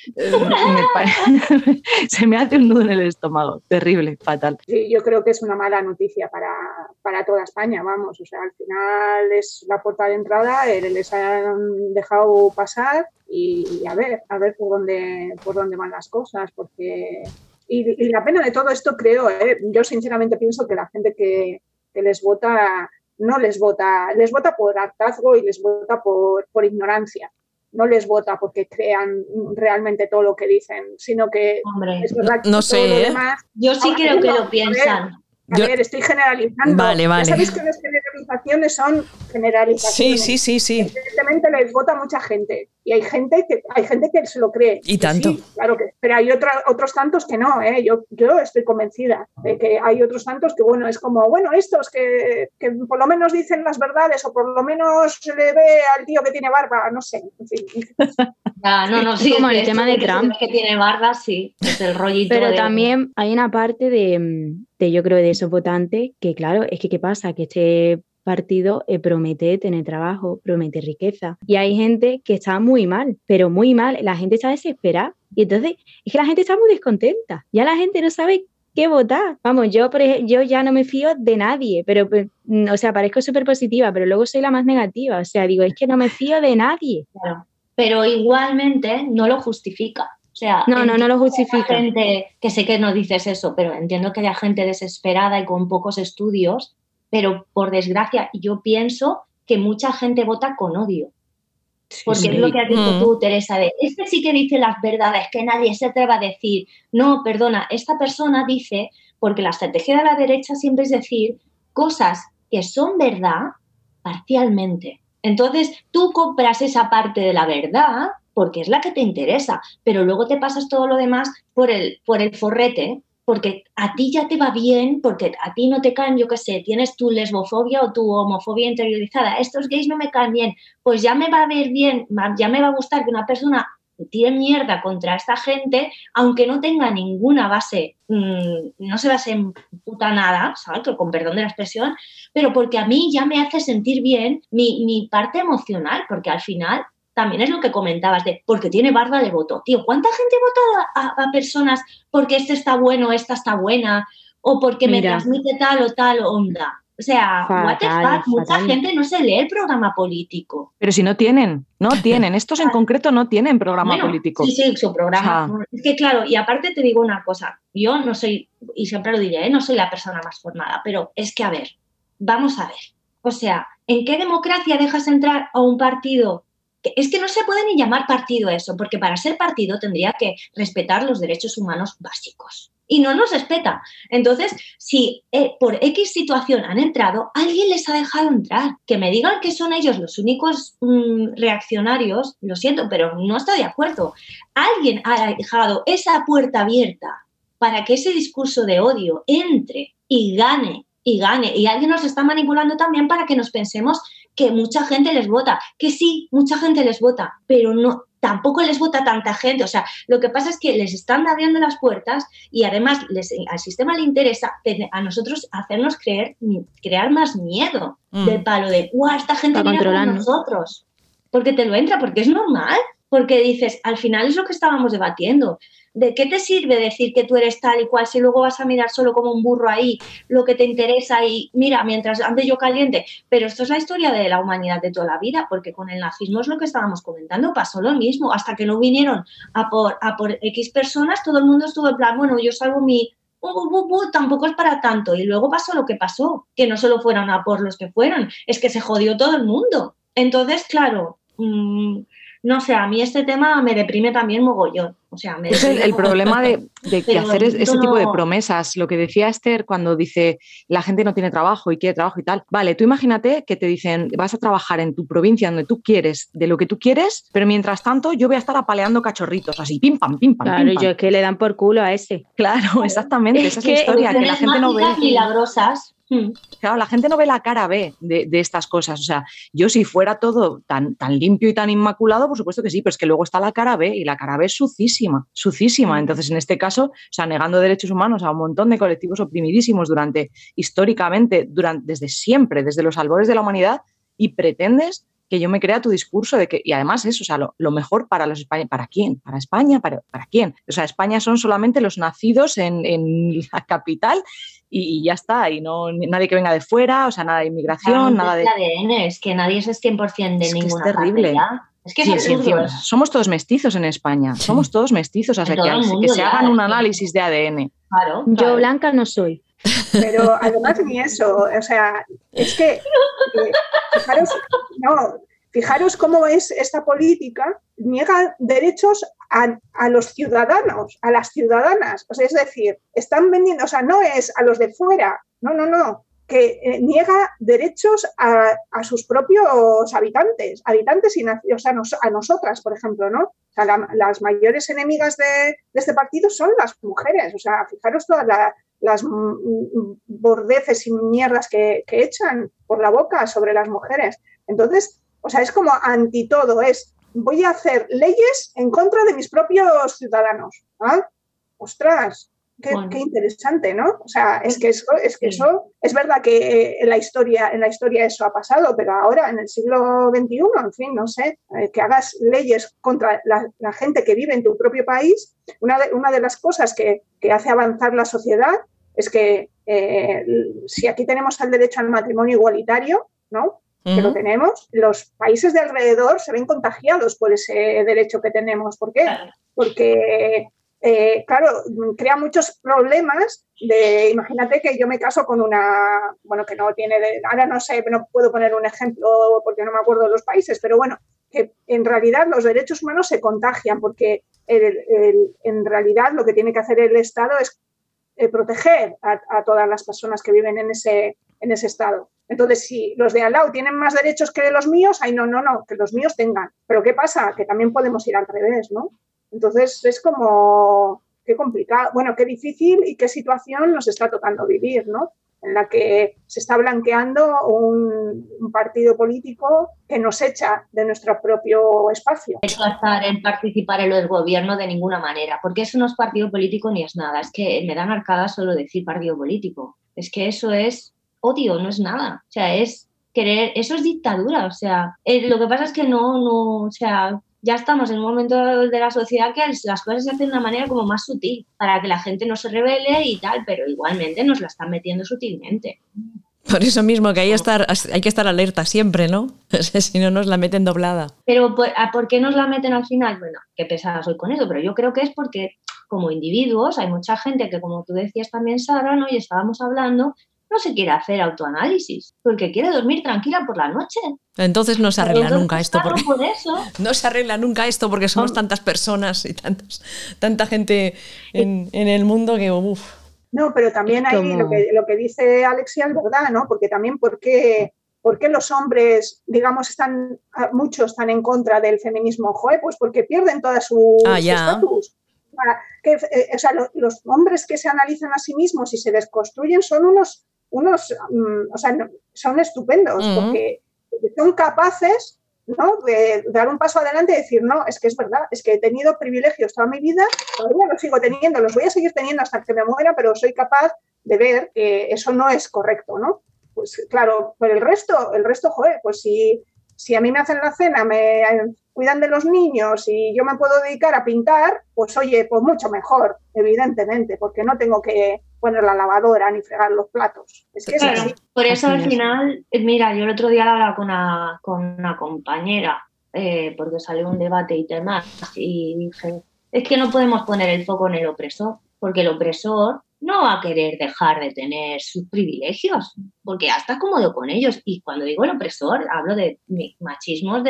se me hace un nudo en el estómago, terrible, fatal. Sí, yo creo que es una mala noticia para toda España, vamos, o sea, al final es la puerta de entrada, les han dejado pasar, y a ver por dónde van las cosas, porque y la pena de todo esto, creo, yo sinceramente pienso que la gente que les vota no les vota por hartazgo y les vota por ignorancia. No les vota porque crean realmente todo lo que dicen, sino que es verdad que no sé, todo lo demás. Yo sí creo que lo piensan. A ver, estoy generalizando. Vale. Ya sabéis que las generalizaciones son generalizaciones. Sí. Evidentemente les vota mucha gente, y hay gente que se lo cree. Y tanto. Sí, claro que, pero hay otros tantos que no, ¿eh? Yo estoy convencida de que hay otros tantos que, bueno, es como, bueno, estos que por lo menos dicen las verdades, o por lo menos se le ve al tío que tiene barba, no sé, en fin. No, sí, como el tema de Trump. Que tiene barba, sí, es el rollito. Pero también hay una parte de yo creo, de esos votantes que, claro, es que ¿qué pasa? Que este partido promete tener trabajo, promete riqueza, y hay gente que está muy mal, pero muy mal, la gente está desesperada, y entonces es que la gente está muy descontenta, ya la gente no sabe qué votar. Vamos, yo ya no me fío de nadie, pero, o sea, parezco súper positiva, pero luego soy la más negativa, o sea, digo, es que no me fío de nadie. Claro. Pero igualmente no lo justifica. O sea, no lo justifica. Hay gente, que sé que no dices eso, pero entiendo que haya gente desesperada y con pocos estudios, pero por desgracia yo pienso que mucha gente vota con odio. Porque es lo que has dicho tú, Teresa, de este sí que dice las verdades que nadie se atreva a decir. No, perdona, esta persona dice, porque la estrategia de la derecha siempre es decir cosas que son verdad parcialmente. Entonces tú compras esa parte de la verdad porque es la que te interesa, pero luego te pasas todo lo demás por el forrete, porque a ti ya te va bien, porque a ti no te caen, yo qué sé, tienes tu lesbofobia o tu homofobia interiorizada, estos gays no me caen bien, pues ya me va a ver bien, ya me va a gustar que una persona tire mierda contra esta gente, aunque no tenga ninguna base, no se base en puta nada, ¿sabes? Con perdón de la expresión, pero porque a mí ya me hace sentir bien mi parte emocional, porque al final también es lo que comentabas de porque tiene barba le voto. Tío, ¿cuánta gente vota a personas porque este está bueno, esta está buena, o porque me transmite tal o tal onda? O sea, what the fuck, mucha gente no se lee el programa político. Pero si no tienen, estos en concreto no tienen programa político. Sí, su programa. O sea, es que claro, y aparte te digo una cosa, yo no soy, y siempre lo diré, no soy la persona más formada, pero es que a ver, vamos a ver. O sea, ¿en qué democracia dejas entrar a un partido? Es que no se puede ni llamar partido eso, porque para ser partido tendría que respetar los derechos humanos básicos. Y no nos respeta. Entonces, si por X situación han entrado, alguien les ha dejado entrar. Que me digan que son ellos los únicos reaccionarios, lo siento, pero no estoy de acuerdo. Alguien ha dejado esa puerta abierta para que ese discurso de odio entre y gane. Y alguien nos está manipulando también para que nos pensemos que mucha gente les vota. Que sí, mucha gente les vota, pero no, tampoco les vota tanta gente. O sea, lo que pasa es que les están abriendo las puertas y además al sistema le interesa a nosotros hacernos crear más miedo del palo de esta gente viene con nosotros. Porque te lo entra, porque es normal. Porque dices, al final es lo que estábamos debatiendo. ¿De qué te sirve decir que tú eres tal y cual si luego vas a mirar solo como un burro ahí lo que te interesa y mira, mientras ande yo caliente? Pero esto es la historia de la humanidad de toda la vida, porque con el nazismo es lo que estábamos comentando, pasó lo mismo. Hasta que no vinieron a por X personas, todo el mundo estuvo en plan, bueno, yo salvo mi... tampoco es para tanto. Y luego pasó lo que pasó, que no solo fueron a por los que fueron, es que se jodió todo el mundo. Entonces, claro... no sé, a mí este tema me deprime también mogollón. O sea, es el problema de que hacer ese tipo de promesas. Lo que decía Esther cuando dice la gente no tiene trabajo y quiere trabajo y tal. Vale, tú imagínate que te dicen vas a trabajar en tu provincia donde tú quieres, de lo que tú quieres, pero mientras tanto yo voy a estar apaleando cachorritos, así, pim, pam, pim, pam, claro, pim, pam. yo es que le dan por culo a ese. Claro, exactamente, esa es la historia, que la gente no ve. Milagrosas. Claro, la gente no ve la cara B de estas cosas. O sea, yo si fuera todo tan limpio y tan inmaculado, por supuesto que sí, pero es que luego está la cara B y la cara B es sucísima. Entonces, en este caso, o sea, negando derechos humanos a un montón de colectivos oprimidísimos históricamente, desde siempre, desde los albores de la humanidad, y pretendes que yo me crea tu discurso de que, y además eso, o sea, lo mejor para los españoles, ¿para quién? ¿Para España? ¿Para quién? O sea, España son solamente los nacidos en la capital y ya está, y no nadie que venga de fuera, o sea, nada de inmigración, nada de... ADN, es que nadie es 100% de ninguna es terrible. parte. Es que es absurdo. Somos todos mestizos en España, somos todos mestizos, o sea, que se hagan un análisis de ADN. Claro. Yo blanca no soy. Pero además ni eso, o sea, es que fijaros cómo es esta política, niega derechos a los ciudadanos, a las ciudadanas, o sea, es decir, están vendiendo, o sea, no es a los de fuera, no, que niega derechos a sus propios habitantes y o sea, a nosotras, por ejemplo, ¿no? O sea, las mayores enemigas de este partido son las mujeres, o sea, fijaros todas las bordeces y mierdas que echan por la boca sobre las mujeres. Entonces, o sea, es como anti todo, voy a hacer leyes en contra de mis propios ciudadanos. ¿Ah? ¡Ostras! Qué interesante, ¿no? O sea, es que eso es verdad que en la historia eso ha pasado, pero ahora en el siglo XXI, en fin, no sé, que hagas leyes contra la gente que vive en tu propio país. Una de las cosas que hace avanzar la sociedad es que si aquí tenemos el derecho al matrimonio igualitario, ¿no? Que lo tenemos, los países de alrededor se ven contagiados por ese derecho que tenemos. ¿Por qué? Porque claro, crea muchos problemas imagínate que yo me caso con una, bueno, que no tiene, ahora no sé, no puedo poner un ejemplo porque no me acuerdo de los países, pero bueno, que en realidad los derechos humanos se contagian porque en realidad lo que tiene que hacer el Estado es proteger a todas las personas que viven en ese Estado. Entonces, si los de al lado tienen más derechos que los míos, no, que los míos tengan. Pero ¿qué pasa? Que también podemos ir al revés, ¿no? Entonces es como, qué complicado, bueno, qué difícil y qué situación nos está tocando vivir, ¿no? En la que se está blanqueando un partido político que nos echa de nuestro propio espacio. En participar en el gobierno de ninguna manera, porque eso no es partido político ni es nada. Es que me dan arcadas solo decir partido político. Es que eso es odio, no es nada. O sea, es querer, eso es dictadura. O sea, lo que pasa es que no, o sea, ya estamos en un momento de la sociedad que las cosas se hacen de una manera como más sutil, para que la gente no se rebele y tal, pero igualmente nos la están metiendo sutilmente. Por eso mismo que hay que estar alerta siempre, ¿no? Si no nos la meten doblada. Pero ¿por qué nos la meten al final? Bueno, qué pesada soy con eso, pero yo creo que es porque como individuos hay mucha gente que, como tú decías también, Sara, ¿no? Y estábamos hablando, no se quiere hacer autoanálisis porque quiere dormir tranquila por la noche. Entonces no se arregla nunca esto. Claro, por eso. No se arregla nunca esto porque somos tantas personas y tanta gente en el mundo que uff. No, pero también hay lo que dice Alexia es verdad, ¿no? Porque también ¿por qué los hombres, digamos, muchos están en contra del feminismo? Joder, pues porque pierden toda su estatus. O sea, los hombres que se analizan a sí mismos y se desconstruyen son o sea, son estupendos, porque son capaces, ¿no?, de dar un paso adelante y decir, no, es que es verdad, es que he tenido privilegios toda mi vida, todavía los sigo teniendo, los voy a seguir teniendo hasta que me muera, pero soy capaz de ver que eso no es correcto, ¿no? Pues claro, pero el resto, joder, pues si a mí me hacen la cena, me cuidan de los niños y yo me puedo dedicar a pintar, pues oye, pues mucho mejor, evidentemente, porque no tengo que poner la lavadora ni fregar los platos. Es que claro, es así. Por eso al final, mira, yo el otro día hablaba con una compañera, porque salió un debate y demás, y dije, es que no podemos poner el foco en el opresor, porque el opresor no va a querer dejar de tener sus privilegios, porque ya está cómodo con ellos. Y cuando digo el opresor, hablo de machismos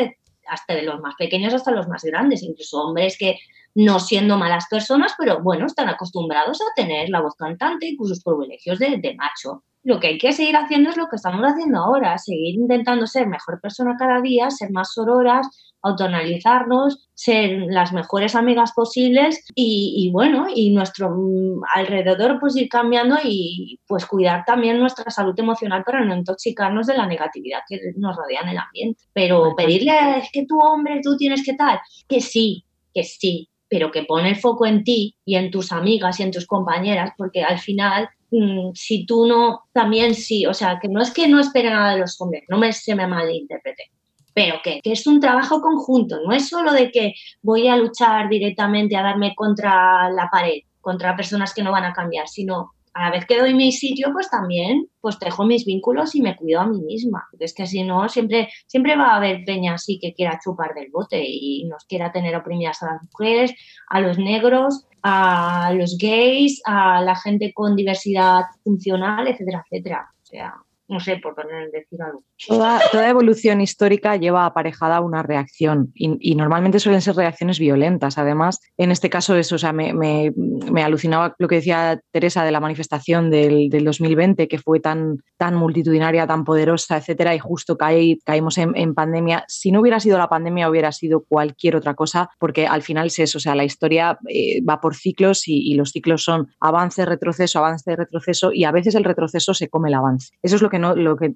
hasta de los más pequeños hasta los más grandes, incluso hombres que no siendo malas personas, pero bueno, están acostumbrados a tener la voz cantante y con sus privilegios de macho. Lo que hay que seguir haciendo es lo que estamos haciendo ahora, seguir intentando ser mejor persona cada día, ser más sororas, autoanalizarnos, ser las mejores amigas posibles y bueno, y nuestro alrededor pues ir cambiando y pues cuidar también nuestra salud emocional para no intoxicarnos de la negatividad que nos rodea en el ambiente. Pero pedirle, es que tú hombre, tú tienes que tal, que sí, pero que pone el foco en ti y en tus amigas y en tus compañeras, porque al final, si tú no, también sí, o sea, que no es que no espere nada de los hombres, no se me malinterprete, pero que es un trabajo conjunto, no es solo de que voy a luchar directamente a darme contra la pared, contra personas que no van a cambiar, sino a la vez que doy mi sitio, pues también pues tejo mis vínculos y me cuido a mí misma. Porque es que si no, siempre va a haber peña así que quiera chupar del bote y nos quiera tener oprimidas a las mujeres, a los negros, a los gays, a la gente con diversidad funcional, etcétera, etcétera. O sea, no sé, por decir algo. Toda evolución histórica lleva aparejada una reacción y normalmente suelen ser reacciones violentas. Además, en este caso eso, o sea, me alucinaba lo que decía Teresa de la manifestación del 2020, que fue tan multitudinaria, tan poderosa, etcétera, y justo caímos en pandemia. Si no hubiera sido la pandemia, hubiera sido cualquier otra cosa, porque al final es eso, o sea, la historia va por ciclos y los ciclos son avance, retroceso, y a veces el retroceso se come el avance. Eso es lo que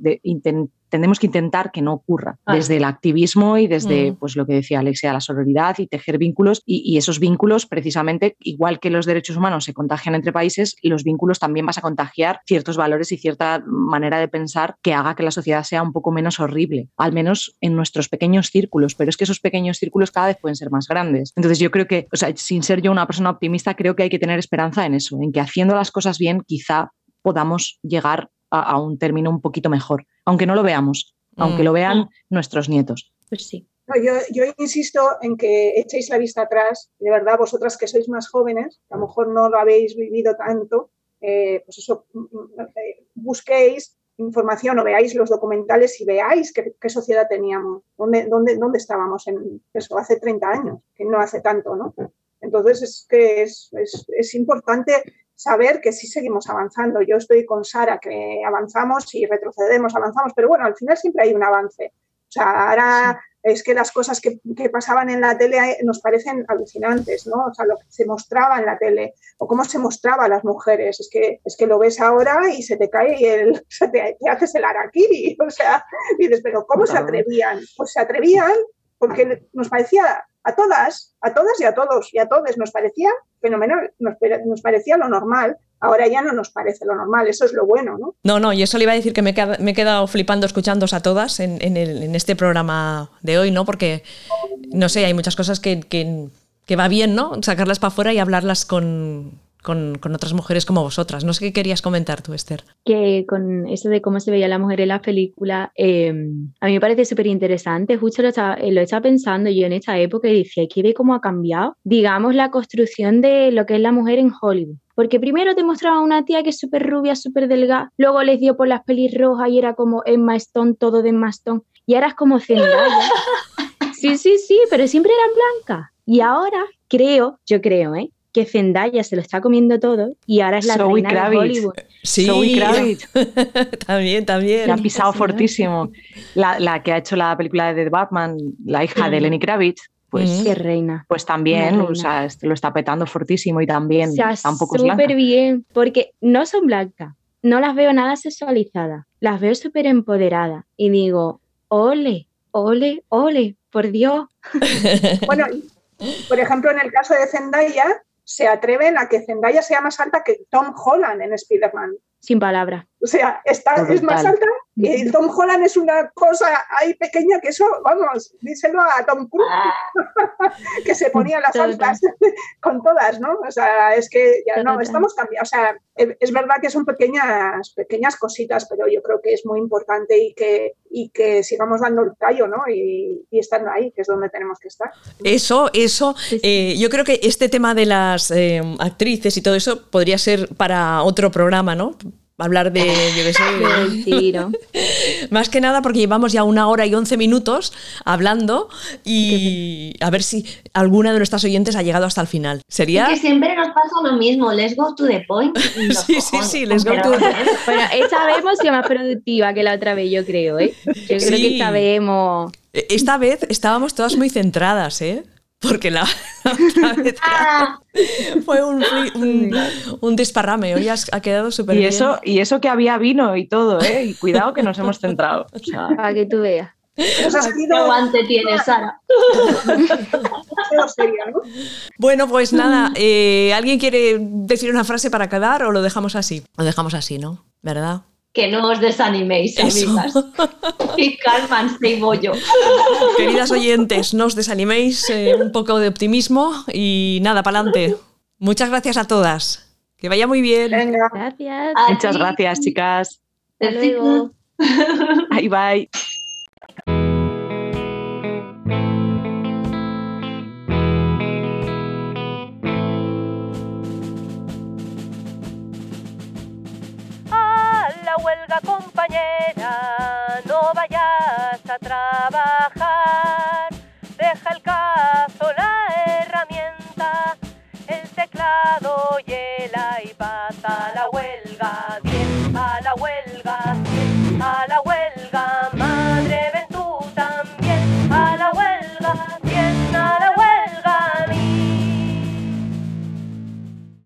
tenemos que intentar que no ocurra, desde el activismo y desde pues lo que decía Alexia, la sororidad y tejer vínculos, y esos vínculos precisamente, igual que los derechos humanos se contagian entre países, los vínculos también vas a contagiar ciertos valores y cierta manera de pensar que haga que la sociedad sea un poco menos horrible, al menos en nuestros pequeños círculos, pero es que esos pequeños círculos cada vez pueden ser más grandes. Entonces yo creo que, o sea, sin ser yo una persona optimista, creo que hay que tener esperanza en eso, en que haciendo las cosas bien quizá podamos llegar a un término un poquito mejor, aunque no lo veamos, aunque lo vean nuestros nietos. Pues sí. No, yo insisto en que echéis la vista atrás, de verdad, vosotras que sois más jóvenes, a lo mejor no lo habéis vivido tanto, pues eso, busquéis información o veáis los documentales y veáis qué sociedad teníamos, dónde estábamos en eso hace 30 años, que no hace tanto, ¿no? Entonces es que es importante saber que sí seguimos avanzando. Yo estoy con Sara, que avanzamos y retrocedemos, avanzamos, pero bueno, al final siempre hay un avance. O sea, ahora es que las cosas que pasaban en la tele nos parecen alucinantes, ¿no? O sea, lo que se mostraba en la tele o cómo se mostraba a las mujeres, es que lo ves ahora y se te cae y te haces el harakiri. O sea, dices, pero ¿cómo se atrevían? Pues se atrevían porque nos parecía a todas y a todos y a todos nos parecía fenomenal, nos parecía lo normal. Ahora ya no nos parece lo normal, eso es lo bueno, ¿no? No, y eso le iba a decir que me he quedado flipando escuchándoos a todas en este programa de hoy, ¿no? Porque, no sé, hay muchas cosas que va bien, ¿no? Sacarlas para afuera y hablarlas con otras mujeres como vosotras. No sé qué querías comentar tú, Esther. Que con eso de cómo se veía la mujer en la película, a mí me parece súper interesante. Justo lo estaba pensando yo en esta época y decía, hay que ver cómo ha cambiado, digamos, la construcción de lo que es la mujer en Hollywood. Porque primero te mostraba una tía que es súper rubia, súper delgada, luego les dio por las pelirrojas y era como Emma Stone, todo de Emma Stone, y ahora es como Zendaya. Sí, pero siempre eran blancas. Y ahora yo creo, que Zendaya se lo está comiendo todo y ahora es la Zoe reina Kravitz. de Hollywood. Sí, Zoe Kravitz. también. Le ha pisado fortísimo. La que ha hecho la película de The Batman, la hija de Lenny Kravitz, pues, Qué reina. pues también, o sea, lo está petando fortísimo y también O sea, tampoco es blanca. súper bien, porque no son blancas, no las veo nada sexualizadas, las veo súper empoderadas y digo, ole, por Dios. Bueno, por ejemplo, en el caso de Zendaya, se atreven a que Zendaya sea más alta que Tom Holland en Spider-Man. Sin palabras. O sea, es más alta y Tom Holland es una cosa ahí pequeña que eso, vamos, díselo a Tom Cruise, que se ponía las altas con todas, ¿no? O sea, es que ya no, estamos cambiando. O sea, es verdad que son pequeñas cositas, pero yo creo que es muy importante y que sigamos dando el callo, ¿no? Y estando ahí, que es donde tenemos que estar. Eso, yo creo que este tema de las actrices y todo eso podría ser para otro programa, ¿no? hablar de, yo qué sé, Del tiro. más que nada porque llevamos ya 1 hora y 11 minutos hablando y a ver si alguna de nuestras oyentes ha llegado hasta el final. ¿Sería? Que siempre nos pasa lo mismo, let's go to the point. Sí, let's go to the point. Bueno, esta vez hemos sido más productiva que la otra vez, yo creo, ¿eh? Yo creo que esta vez hemos... Esta vez estábamos todas muy centradas, ¿eh? Porque la otra vez fue un desparrame. Hoy ha quedado súper bien. Y eso que había vino y todo, ¿eh? Y cuidado que nos hemos centrado. O sea, Para que tú veas. ¿Qué aguante tienes, Sara? ¿No? Bueno, pues nada. ¿Alguien quiere decir una frase para acabar o lo dejamos así? Lo dejamos así, ¿no? ¿Verdad? Que no os desaniméis, amigas. Y cálmanse y bollo. Queridas oyentes, no os desaniméis, un poco de optimismo y nada, para adelante. Muchas gracias a todas. Que vaya muy bien. Venga. Gracias. muchas gracias, chicas. Hasta luego. Bye, bye. A la huelga, compañera, no vayas a trabajar.